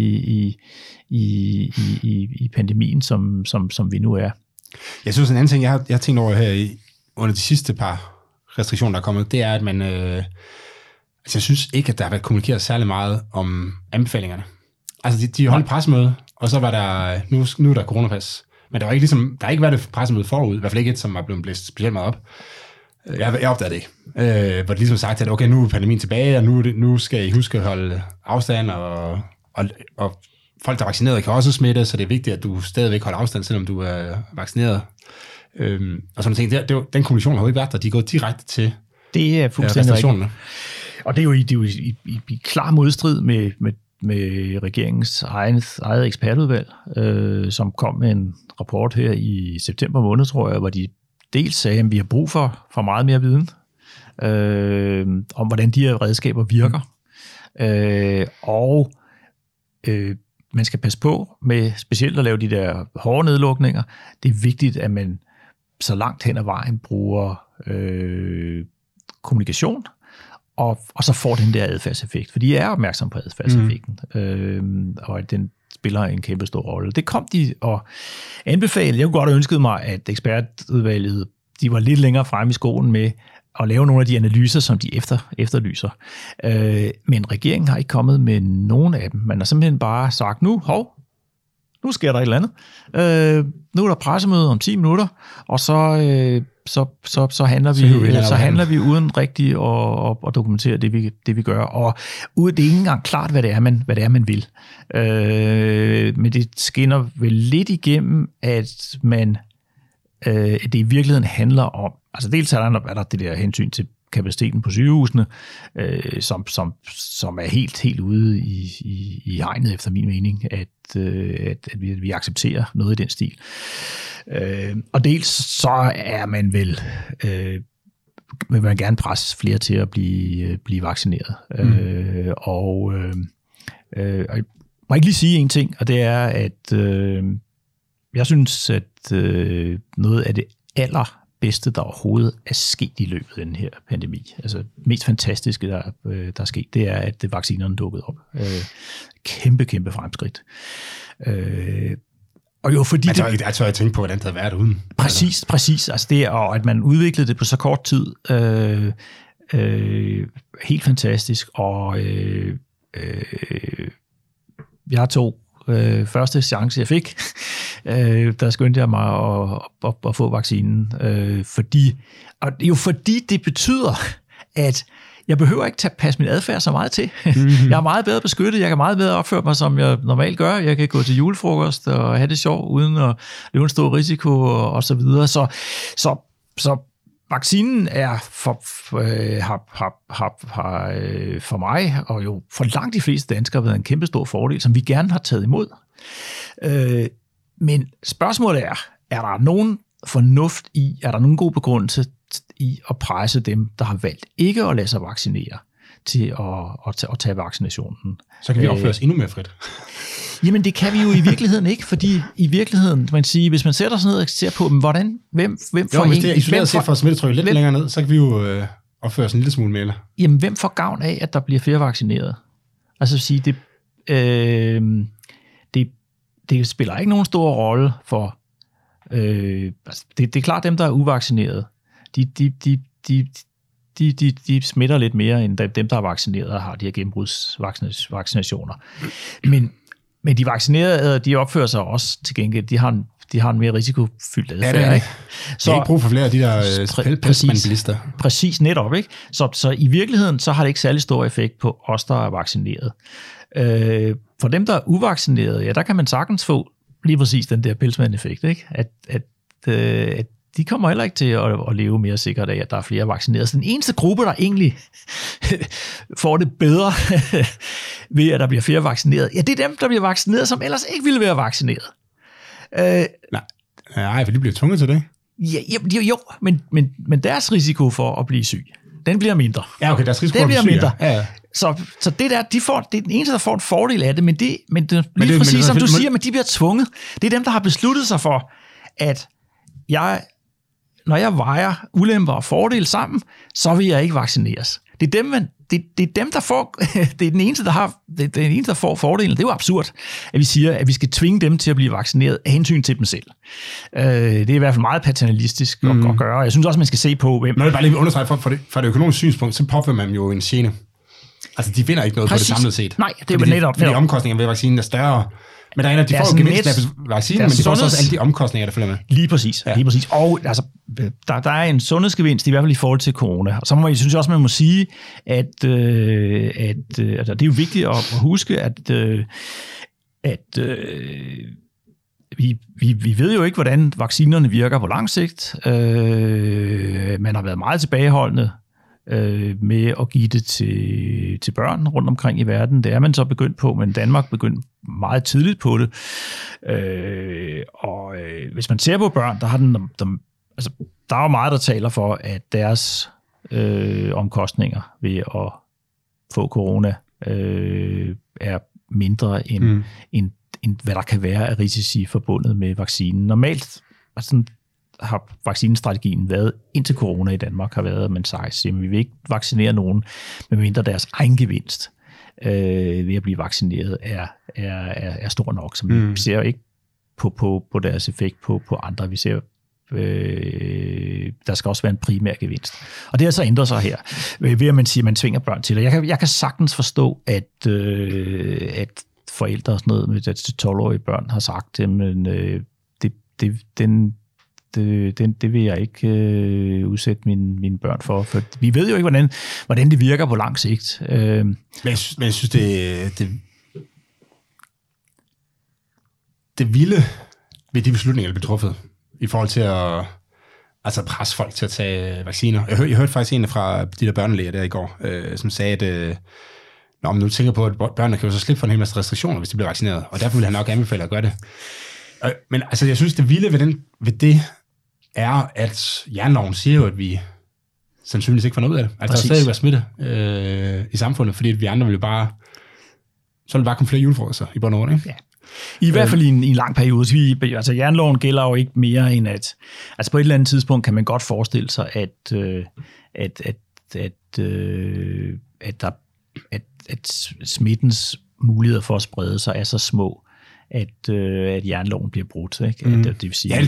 i pandemien, som vi nu er. Jeg synes, en anden ting, jeg har tænkt over her under de sidste par restriktioner, der er kommet, det er, at man... jeg synes ikke, at der har været kommunikeret særlig meget om anbefalingerne. Altså, de holdt pressemøde, og så var der... Nu er der coronapas. Men der var ikke ligesom... Der har ikke været et pressemøde forud, i hvert fald ikke et, som var blevet blæst specielt meget op. Jeg opdagede det ikke. Hvor det ligesom sagt, at okay, nu er pandemien tilbage, og nu skal I huske at holde afstand, og folk, der er vaccineret, kan også smitte, så det er vigtigt, at du stadigvæk holder afstand, selvom du er vaccineret. Og sådan ting. Den kommunikation har jo ikke været der. De er gået direkte til det er fuldstændig rigtigt. Og det er jo i klar modstrid med regeringens eget ekspertudvalg, som kom med en rapport her i september måned, tror jeg, hvor de dels sagde, at vi har brug for meget mere viden om, hvordan de her redskaber virker. Og man skal passe på med specielt at lave de der hårde nedlukninger. Det er vigtigt, at man så langt hen ad vejen bruger kommunikation, og så får den der adfærdseffekt. For de er opmærksom på adfærdseffekten, og at den spiller en kæmpe stor rolle. Det kom de og anbefalede. Jeg kunne godt have ønsket mig, at ekspertudvalget de var lidt længere fremme i skolen med at lave nogle af de analyser, som de efterlyser. Men regeringen har ikke kommet med nogen af dem. Man har simpelthen bare sagt, nu sker der et eller andet. Nu er der pressemøde om 10 minutter, og så handler vi uden rigtigt at dokumentere det vi gør. Og det er ikke engang klart, hvad det er, man vil. Men det skinner vel lidt igennem, at det i virkeligheden handler om, altså dels er der det der hensyn til kapaciteten på sygehusene, som er helt ude i hegnet efter min mening, at vi accepterer noget i den stil. Og dels så er man vil man gerne presse flere til at blive vaccineret. Og jeg må ikke lige sige en ting, og det er, at jeg synes, at noget af det allerbedste, der overhovedet er sket i løbet af den her pandemi, altså mest fantastiske, der er sket, det er, at vaccinerne dukkede op. Kæmpe fremskridt. Og jo, fordi jeg tør tænke på, hvordan det havde været uden. Præcis. Altså det, og at man udviklede det på så kort tid, helt fantastisk. Og jeg tog første chance, jeg fik, der skyndte jeg mig at få vaccinen. Fordi det betyder, at jeg behøver ikke passe min adfærd så meget til. Jeg er meget bedre beskyttet, jeg kan meget bedre opføre mig, som jeg normalt gør. Jeg kan gå til julefrokost og have det sjovt, uden at løbe en stor risiko og så videre. Så vaccinen er for mig, og jo for langt de fleste danskere, været en kæmpe stor fordel, som vi gerne har taget imod. Men spørgsmålet er der nogen fornuft i, er der nogen god begrundelse i at presse dem, der har valgt ikke at lade sig vaccinere, til at tage vaccinationen? Så kan vi opføre os endnu mere frit. Jamen det kan vi jo i virkeligheden ikke, fordi i virkeligheden, man siger, hvis man sætter sig ned og ser på, hvem får hvis det er isoleret set for smittetryk lidt længere ned, så kan vi jo opføre os en lille smule mere. Jamen hvem får gavn af, at der bliver flere vaccineret? Altså at sige, det spiller ikke nogen stor rolle for, det er klart dem, der er uvaccineret, de smitter lidt mere, end dem, der er vaccineret og har de her gennembrudsvaccinationer. Men de vaccinerede, de opfører sig også til gengæld, de har en mere risikofyldt adfærd. Ja, ikke? Så ikke brug for flere af de der pelsmandbilister. Præcis, netop, ikke? Så i virkeligheden, så har det ikke særlig stor effekt på os, der er vaccineret. For dem, der er uvaccinerede, ja, der kan man sagtens få lige præcis den der pelsmand-effekt, ikke? At de kommer heller ikke til at leve mere sikkert af, at der er flere vaccinerede. Så den eneste gruppe, der egentlig får det bedre ved, at der bliver flere vaccineret, ja, det er dem, der bliver vaccineret, som ellers ikke ville være vaccineret. Nej, for de bliver tvunget til det. Jo, men deres risiko for at blive syg den bliver mindre. Ja, okay, deres risiko den bliver mindre. Ja. Så det der, det er den eneste, der får en fordel af det, men lige præcis som du siger, men de bliver tvunget. Det er dem, der har besluttet sig for, at når jeg vejer ulemper og fordele sammen, så vil jeg ikke vaccineres. Det er dem, der får, det er den eneste, der får fordelen. Det er jo absurd, at vi siger, at vi skal tvinge dem til at blive vaccineret af hensyn til dem selv. Det er i hvert fald meget paternalistisk at gøre. Jeg synes også, man skal se på, hvem... Når jeg bare lige understreger fra det økonomiske synspunkt, så påfører man jo en gene. Altså, de vinder ikke noget Præcis. på det samlede set. Nej, det er jo netop. Fordi omkostningerne ved vaccinen er større. Men der er de får jo gevinst af vaccinen, men de får også alle de omkostninger, der følger med. Lige præcis. Og altså, der er en sundhedsgevinst, i hvert fald i forhold til corona. Og så synes jeg også, man må sige, at det er jo vigtigt at huske, at vi ved jo ikke, hvordan vaccinerne virker på lang sigt. Man har været meget tilbageholdende med at give det til børn rundt omkring i verden. Det er man så begyndt på, men Danmark begyndte meget tidligt på det. Hvis man ser på børn, der er jo meget, der taler for, at deres omkostninger ved at få corona er mindre end hvad der kan være af risici forbundet med vaccinen. Normalt har vaccinestrategien været indtil corona i Danmark har været, at man siger, at vi vil ikke vaccinere nogen, medmindre deres egen gevinst ved at blive vaccineret er stor nok. Så vi ser ikke på deres effekt på andre. Vi ser, der skal også være en primær gevinst. Og det har så ændret sig her, ved at man siger, at man tvinger børn til det. Jeg kan sagtens forstå, at forældre og sådan noget med 12-årige børn har sagt, at det vil jeg ikke udsætte mine børn for vi ved jo ikke, hvordan det virker på lang sigt. Men jeg synes, det vilde ved de beslutninger, der blev truffet, i forhold til at presse folk til at tage vacciner. Jeg hørte faktisk en fra de der børnelæger der i går, som sagde, at nu tænker på, at børnene kan jo så slippe for en hel masse restriktioner, hvis de bliver vaccineret, og derfor vil han nok anbefale at gøre det. Men altså, jeg synes, det vilde ved det er, at jernloven siger jo, at vi sandsynligvis ikke får noget ud af det. Altså, der er stadig være smitte i samfundet, fordi vi andre vil bare... Så vil bare komme flere julefrokoster i bund og grund, ikke? Ja. I hvert fald i en lang periode. Altså, jernloven gælder jo ikke mere end at... Altså, på et eller andet tidspunkt kan man godt forestille sig, at smittens muligheder for at sprede sig er så små, at jernloven bliver brudt. Ikke? Det vil sige,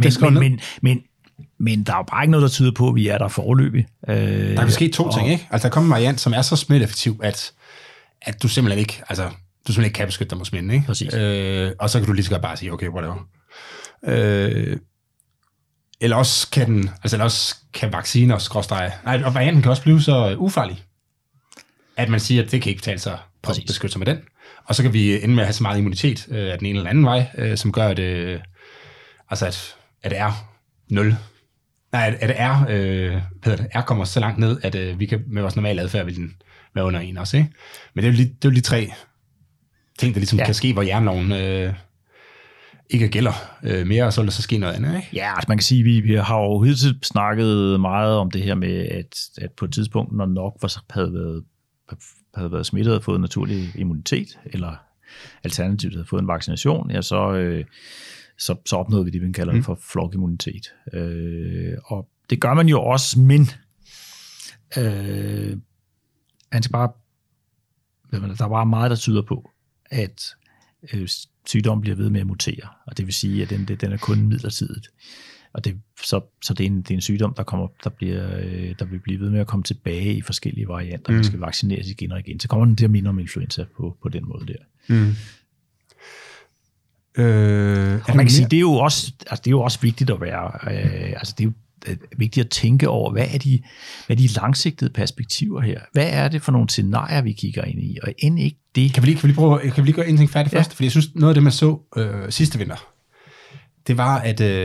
men der er jo bare ikke noget, der tyder på, at vi er der foreløbig. Der kan ske to ting, ikke? Altså, der kommer en variant, som er så smitteeffektiv, at du simpelthen ikke kan beskytte dig mod smitten, ikke? Præcis. Og så kan du lige så godt bare sige, okay, whatever. Eller også kan vacciner og varianten kan også blive så ufarlig, at man siger, at det kan ikke betale sig at beskytte sig med den. Og så kan vi ende med at have så meget immunitet af den ene eller anden vej, som gør, at det er 0. Nej, at R kommer så langt ned, at vi kan med vores normale adfærd vil den være under 1 også, ikke? Men det er jo de 3 ting, der ligesom kan ske, hvor jernloven ikke gælder mere, og så vil der så ske noget andet, ikke? Ja, altså man kan sige, vi har jo hidtil snakket meget om det her med, at på et tidspunkt, når nok havde været smittet og fået naturlig immunitet, eller alternativt havde fået en vaccination, ja, så opnåede vi det, vi kalder for flokimmunitet. Og det gør man jo også, men der er bare meget, der tyder på, at sygdommen bliver ved med at mutere, og det vil sige, at den er kun midlertidigt. Og så det er en sygdom, der vil blive ved med at komme tilbage i forskellige varianter. Man skal vaccineres igen og igen. Så kommer den til at minde om influenza på den måde der. Og man kan sige, det er jo også vigtigt at være... det er jo vigtigt at tænke over, hvad er de langsigtede perspektiver her? Hvad er det for nogle scenarier, vi kigger ind i? Og end ikke det... Kan vi lige gøre en ting færdigt først? Fordi jeg synes, noget af det, man så sidste vinter, det var,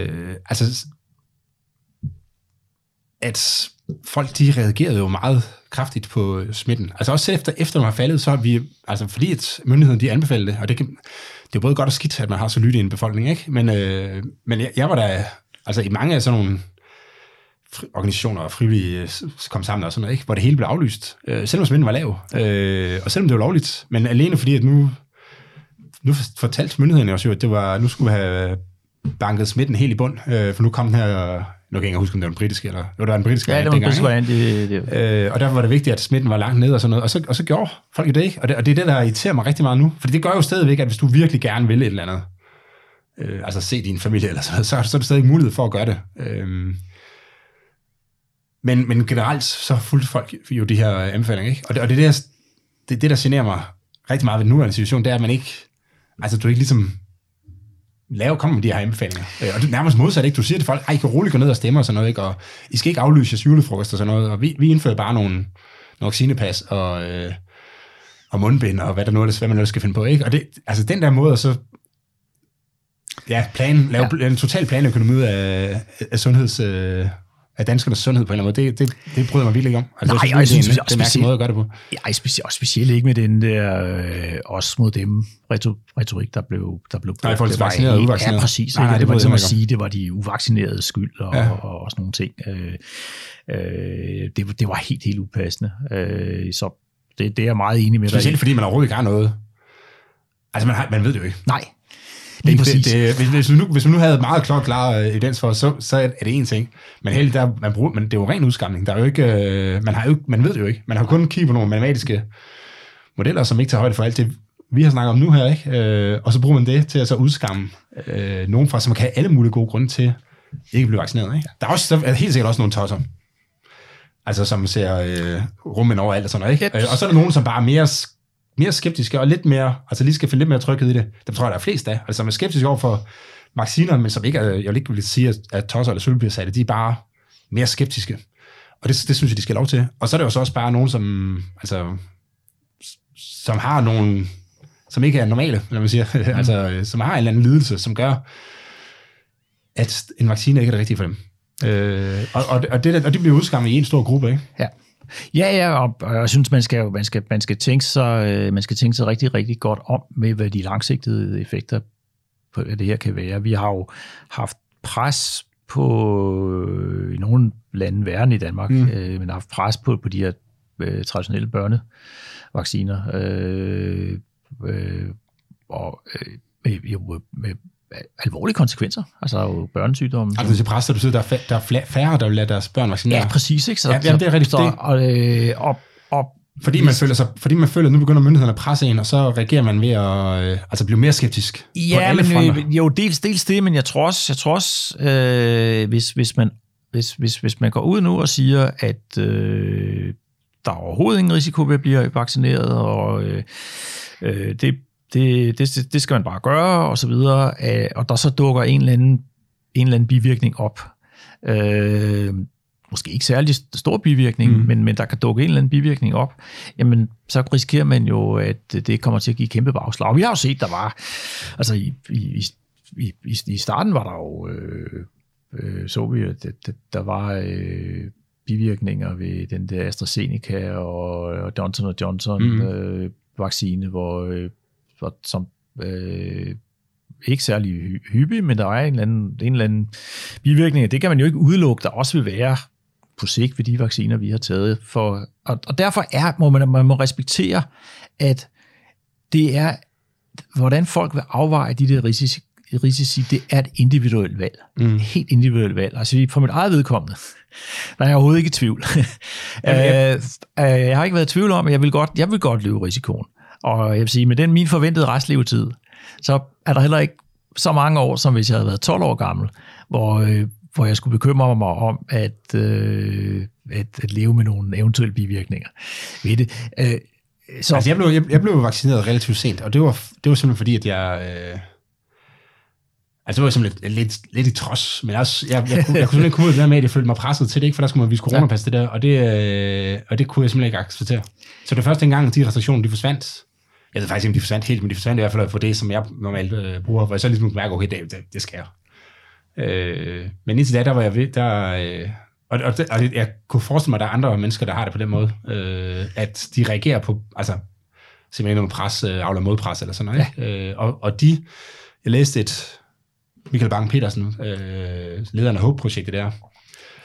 at folk, de reagerede jo meget kraftigt på smitten. Altså også efter den var faldet, så har vi, altså fordi at myndighederne, de anbefalede det, og det er jo både godt og skidt, at man har så lydig en befolkning, ikke? Men jeg var der, altså i mange af sådan nogle organisationer og frivillige kom sammen og sådan noget, ikke? Hvor det hele blev aflyst, selvom smitten var lav, og selvom det var lovligt, men alene fordi, at nu fortalte myndighederne også jo, at nu skulle vi have banket smitten helt i bund, for nu kom den her, nu kan jeg ikke huske, om det var den britiske, eller det var den britiske variant dengang, og derfor var det vigtigt, at smitten var langt ned og sådan noget, og så gjorde folk jo det ikke, og det er det, der irriterer mig rigtig meget nu, for det gør jo stadigvæk, at hvis du virkelig gerne vil et eller andet, altså se din familie eller sådan noget, så er det stadig mulighed for at gøre det. Men generelt så fulgte folk jo de her anbefalinger, ikke? Og det er det, der generer mig rigtig meget ved den nuværende situation, det er, at man ikke, altså du ikke ligesom kommer med de her anbefalinger. Og det er nærmest modsat, ikke? Du siger til folk, I kan roligt gå ned og stemme og sådan noget, ikke? Og I skal ikke aflyse jeres julefrokost og sådan noget, og vi indfører bare nogle vaccinepas og mundbind og hvad man ellers skal finde på, ikke? Og det, altså den der måde, så lave en total planøkonomi ud af af danskernes sundhed på en eller anden måde, det bryder mig virkelig ikke om. Altså, nej, jeg synes, det er en mærkelig måde at gøre det på. Ja, specielt ikke med den der os mod dem retorik, der blev nej, folk er vaccineret og uvaccineret. Ja, præcis. Nej, det var ligesom at sige, det var de uvaccinerede skyld og sådan nogle ting. Det var helt upassende. Så det er jeg meget enig med dig. Specielt fordi man overhovedet ikke har noget. Altså, man ved det jo ikke. Nej. Hvis man nu havde meget klar evidens for, så er det en ting. Men heldigt, men det er jo ren udskamning. Der er jo ikke, man ved det jo ikke. Man har kun kigget på nogle matematiske modeller, som ikke tager højde for alt det, vi har snakket om nu her, ikke? Og så bruger man det til at så udskamme nogen fra, som kan have alle mulige gode grunde til ikke at blive vaccineret, ikke? Der er helt sikkert også nogle tosser. Altså, som ser rummen over alt og sådan noget, ikke? Og så er der nogen, som bare er mere skeptiske og lidt mere, altså lige skal finde lidt mere tryghed i det. Dem tror jeg, der er flest af. Altså, som er skeptiske over for vacciner, men som ikke er, jeg vil ikke sige, at tosser eller sølvbiersatte, de er bare mere skeptiske. Og det synes jeg, de skal have lov til. Og så er der jo så også bare nogen, som har nogle, som ikke er normale, eller man siger, altså, som har en eller anden lidelse, som gør, at en vaccine ikke er det rigtige for dem. Og det bliver udskammet i en stor gruppe, ikke? Ja. Ja, og jeg synes, man skal tænke sig rigtig, rigtig godt om med, hvad de langsigtede effekter på det her kan være. Vi har jo haft pres på i nogle lande værre end i Danmark, men har haft pres på de her traditionelle børnevacciner, med alvorlige konsekvenser, altså jo børnesygdomme. Altså til pres, der betyder, at der er færre, der vil lade deres børn vaccinere. Ja, præcis, ikke? Så, det er rigtigt. Fordi man føler, at nu begynder myndighederne at presse en, og så reagerer man ved at blive mere skeptisk. Ja, på alle fronter. Jo, dels det, men jeg tror også hvis man går ud nu og siger, at der er overhovedet ingen risiko ved at blive vaccineret, og det skal man bare gøre, og så videre, og der så dukker en eller anden bivirkning op. Måske ikke særlig stor bivirkning, men der kan dukke en eller anden bivirkning op, jamen så risikerer man jo, at det kommer til at give kæmpe bagslag. Og vi har jo set, der var, altså i starten var der jo, så vi jo, der var bivirkninger ved den der AstraZeneca og Johnson & Johnson vaccine, som ikke særlig hyppig, men der er en eller anden bivirkning. Det kan man jo ikke udelukke, der også vil være på sigt ved de vacciner, vi har taget. Og derfor må man respektere, at det er, hvordan folk vil afveje de der risici, det er et individuelt valg. Helt individuelt valg. Altså for mit eget vedkommende, der er jeg overhovedet ikke i tvivl. Jeg har ikke været i tvivl om, at jeg vil godt løbe risikoen. Og jeg vil sige, med min forventede restlevetid, så er der heller ikke så mange år, som hvis jeg havde været 12 år gammel, hvor jeg skulle bekymre mig om at leve med nogle eventuelle bivirkninger. Ved det? Så altså jeg blev vaccineret relativt sent, og det var simpelthen fordi, at jeg... Altså det var simpelthen lidt i trods, men også, jeg kunne simpelthen ikke komme ud af det der med, at jeg følte mig presset til det, ikke? For der skulle man vise coronapas det der, og det kunne jeg simpelthen ikke acceptere. Så det første gang, de restriktioner, de forsvandt, jeg ved faktisk ikke, om de forsvandt helt, men de forsvandt i hvert fald på det, som jeg normalt bruger, hvor jeg så ligesom kunne mærke, okay, det skal jeg. Men indtil da, der var jeg ved, og jeg kunne forestille mig, at der er andre mennesker, der har det på den måde, at de reagerer på, altså simpelthen noget pres, afler modpres eller sådan noget, ikke? Og jeg læste Michael Bang-Petersen, lederen af HOPE-projektet der,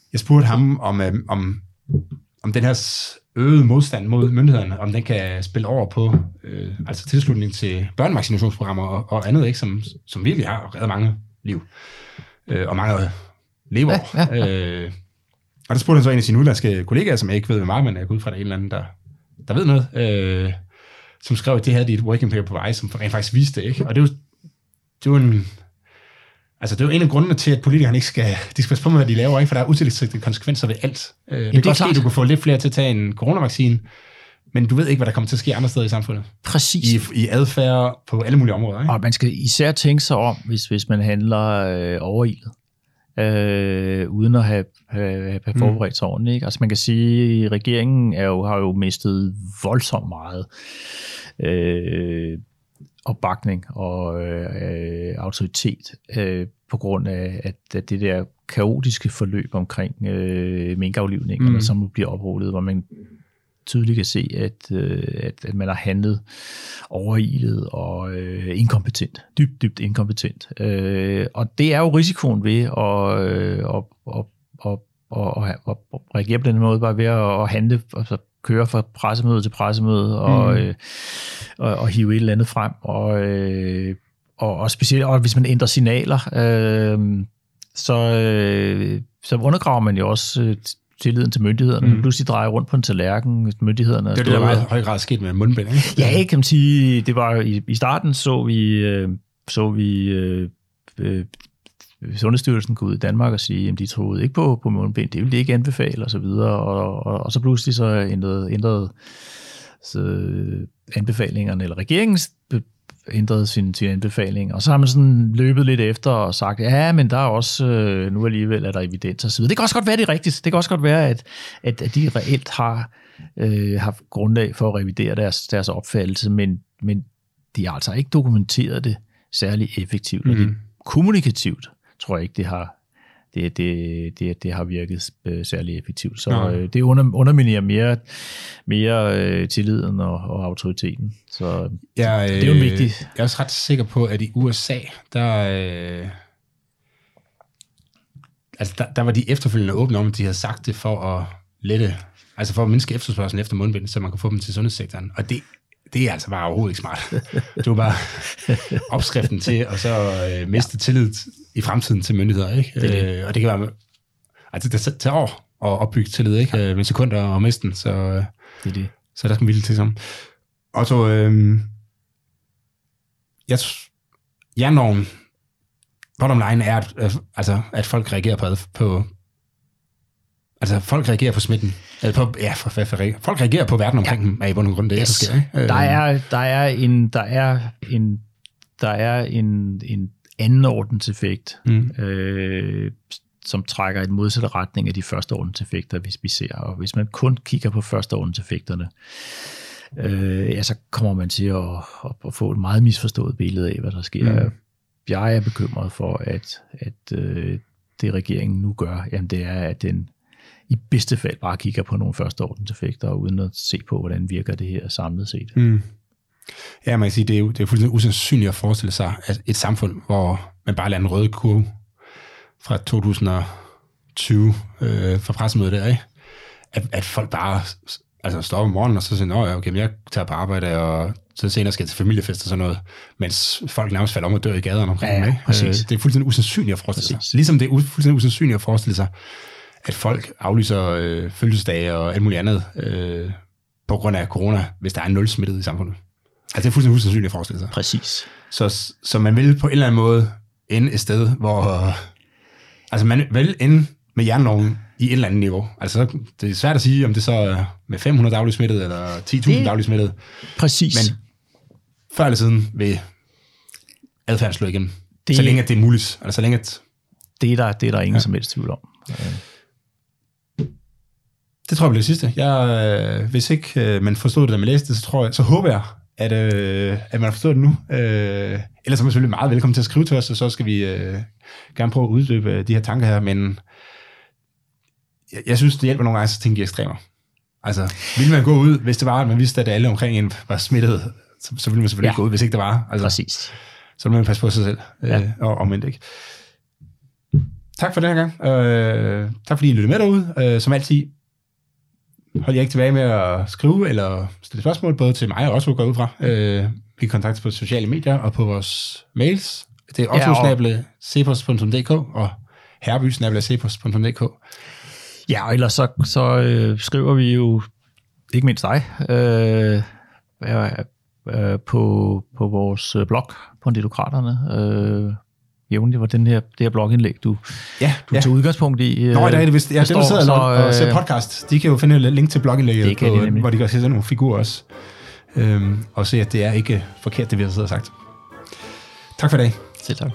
Jeg spurgte ham om den her øgede modstand mod myndighederne, om den kan spille over på altså tilslutning til børnevaccinationsprogrammer og andet, ikke, som virkelig har reddet mange liv og mange lever. Ja. Og der spurgte han så en af sine udlandske kollegaer, som jeg ikke ved, hvem var, men jeg går ud fra, der er en eller anden, der ved noget, som skrev, at det havde de et working paper på vej, som rent faktisk viste det, ikke? Og det er jo en af grundene til, at politikerne de skal passe på med, hvad de laver, ikke? For der er utilsigtede konsekvenser ved alt. Det kan godt ske, at du kan få lidt flere til at tage en coronavaccine, men du ved ikke, hvad der kommer til at ske andre steder i samfundet. Præcis. I adfærd på alle mulige områder, ikke? Og man skal især tænke sig om, hvis man handler overilet. Uden at have forberedt sig ordentligt. Ikke? Altså man kan sige, at regeringen har jo mistet voldsomt meget opbakning og autoritet på grund af at det der kaotiske forløb omkring minkaflivningerne, som nu bliver oprullet, hvor man tydeligt kan se, at man har handlet overilet og inkompetent. Dybt inkompetent. Og det er jo risikoen ved at reagere på den måde, bare ved at handle, altså køre fra pressemøde til pressemøde og hive et eller andet frem. Og specielt hvis man ændrer signaler, så undergraver man jo også tilliden til myndighederne. Pludselig drejer rundt på en tallerken, hvis myndighederne... Det er det, der var i høj grad sket med mundbind, ikke? Ja, kan man sige. Det var i starten, så vi Sundhedsstyrelsen gå ud i Danmark og sige, at de troede ikke på mundbind, det ville de ikke anbefale, og så videre. Og så pludselig så ændrede anbefalingerne, eller regeringen ændrede sin anbefaling, og så har man sådan løbet lidt efter og sagt, ja, men der er også, nu alligevel er der evidens og så videre. Det kan også godt være, det er rigtigt. Det kan også godt være, at de reelt har haft grundlag for at revidere deres opfattelse, men de har altså ikke dokumenteret det særlig effektivt, og det kommunikativt tror jeg ikke, det har virket særlig effektivt. Så det underminerer mere tilliden og autoriteten. Så det er jo vigtigt. Jeg er også ret sikker på, at i USA, der var de efterfølgende åbne om, at de havde sagt det for at lette, altså for at mindske efterspørgslen efter mundbind, så man kan få dem til sundhedssektoren. Og det er altså bare overhovedet ikke smart. Det var bare opskriften til, og så miste tillid i fremtiden til myndigheder, ikke? Det. Og det kan være, altså det tager år at opbygge tillid, ikke? Med sekunder og miste den, så det. Så der skal man vildt til sammen. Og så, jernloven, bottom line er, at folk reagerer på folk reagerer på smitten. Folk reagerer på verden omkring dem, er i bund og grund det, der sker. Ikke? Der er en anden ordenseffekt, som trækker i den modsatte retning af de første ordenseffekter, hvis vi ser. Og hvis man kun kigger på første ordenseffekterne, så kommer man til at få et meget misforstået billede af, hvad der sker. Jeg er bekymret for, at det regeringen nu gør, jamen det er, at den i bedste fald bare kigger på nogle førsteordenseffekter, uden at se på, hvordan virker det her samlet set. Ja, man kan sige, det er fuldstændig usandsynligt at forestille sig, at et samfund, hvor man bare lader en rød kurve fra 2020 fra pressemødet der, ikke? At folk bare står op om morgenen, og så siger, okay, jeg tager på arbejde, og så senere skal jeg til familiefest og sådan noget, mens folk nærmest falder om og dør i gaderne omkring. Ja, det er fuldstændig usandsynligt at forestille sig. Ligesom det er fuldstændig usandsynligt at forestille sig, at folk aflyser fødselsdage og alt muligt andet på grund af corona, hvis der er 0 smittet i samfundet. Altså det er fuldstændig usandsynligt at forestille sig. Præcis. Så man vil på en eller anden måde ende et sted, hvor man vil ende med jernloven i et eller andet niveau. Altså det er svært at sige, om det så er med 500 dagligt smittet, eller 10.000 dagligt smittet. Præcis. Men før eller siden vil adfærden slå igennem. Så længe det er muligt. Altså så længe det er der ingen som helst tvivl om. Det tror jeg bliver det sidste. Hvis ikke man forstod det, da man læste det, så håber jeg, at man har forstået det nu. Ellers er man selvfølgelig meget velkommen til at skrive til os, og så skal vi gerne prøve at uddybe de her tanker her, men jeg synes, det hjælper nogle gange, så tænker jeg ekstremer. Altså, ville man gå ud, hvis det var, at man vidste, at alle omkring en var smittet, så ville man selvfølgelig ikke gå ud, hvis ikke det var. Altså, præcis. Så ville man passe på sig selv, og omvendt ikke. Tak for den her gang. Tak fordi I lyttede med derude. Som altid, hold jer ikke tilbage med at skrive eller stille spørgsmål, både til mig og også, går ud fra. Vi kan kontakte på sociale medier og på vores mails. Det er otto@cepos.dk og herby@cepos.dk. Ja, og ellers så skriver vi jo, ikke mindst dig, på vores blog, Ponditokraterne, jævnligt, hvor det her blogindlæg, du tager udgangspunkt i. Nå, det er det vist. Dem, der sidder og ser podcast, de kan jo finde et link til blogindlægget, hvor de kan se sådan nogle figurer også. Og se, at det er ikke forkert, det vi har siddet og sagt. Tak for i dag. Selv tak.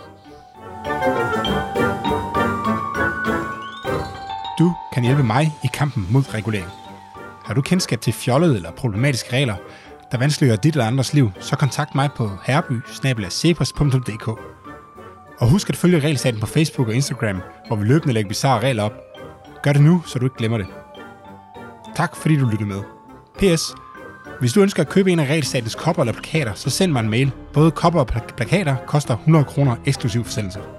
Du kan hjælpe mig i kampen mod regulering. Har du kendskab til fjollede eller problematiske regler, der vanskeliggør dit eller andres liv, så kontakt mig på herby@cepos.dk. Og husk at følge Regelstaten på Facebook og Instagram, hvor vi løbende lægger bizarre regler op. Gør det nu, så du ikke glemmer det. Tak fordi du lyttede med. PS. Hvis du ønsker at købe en af Regelstatens kopper eller plakater, så send mig en mail. Både kopper og plakater koster 100 kroner eksklusiv forsendelse.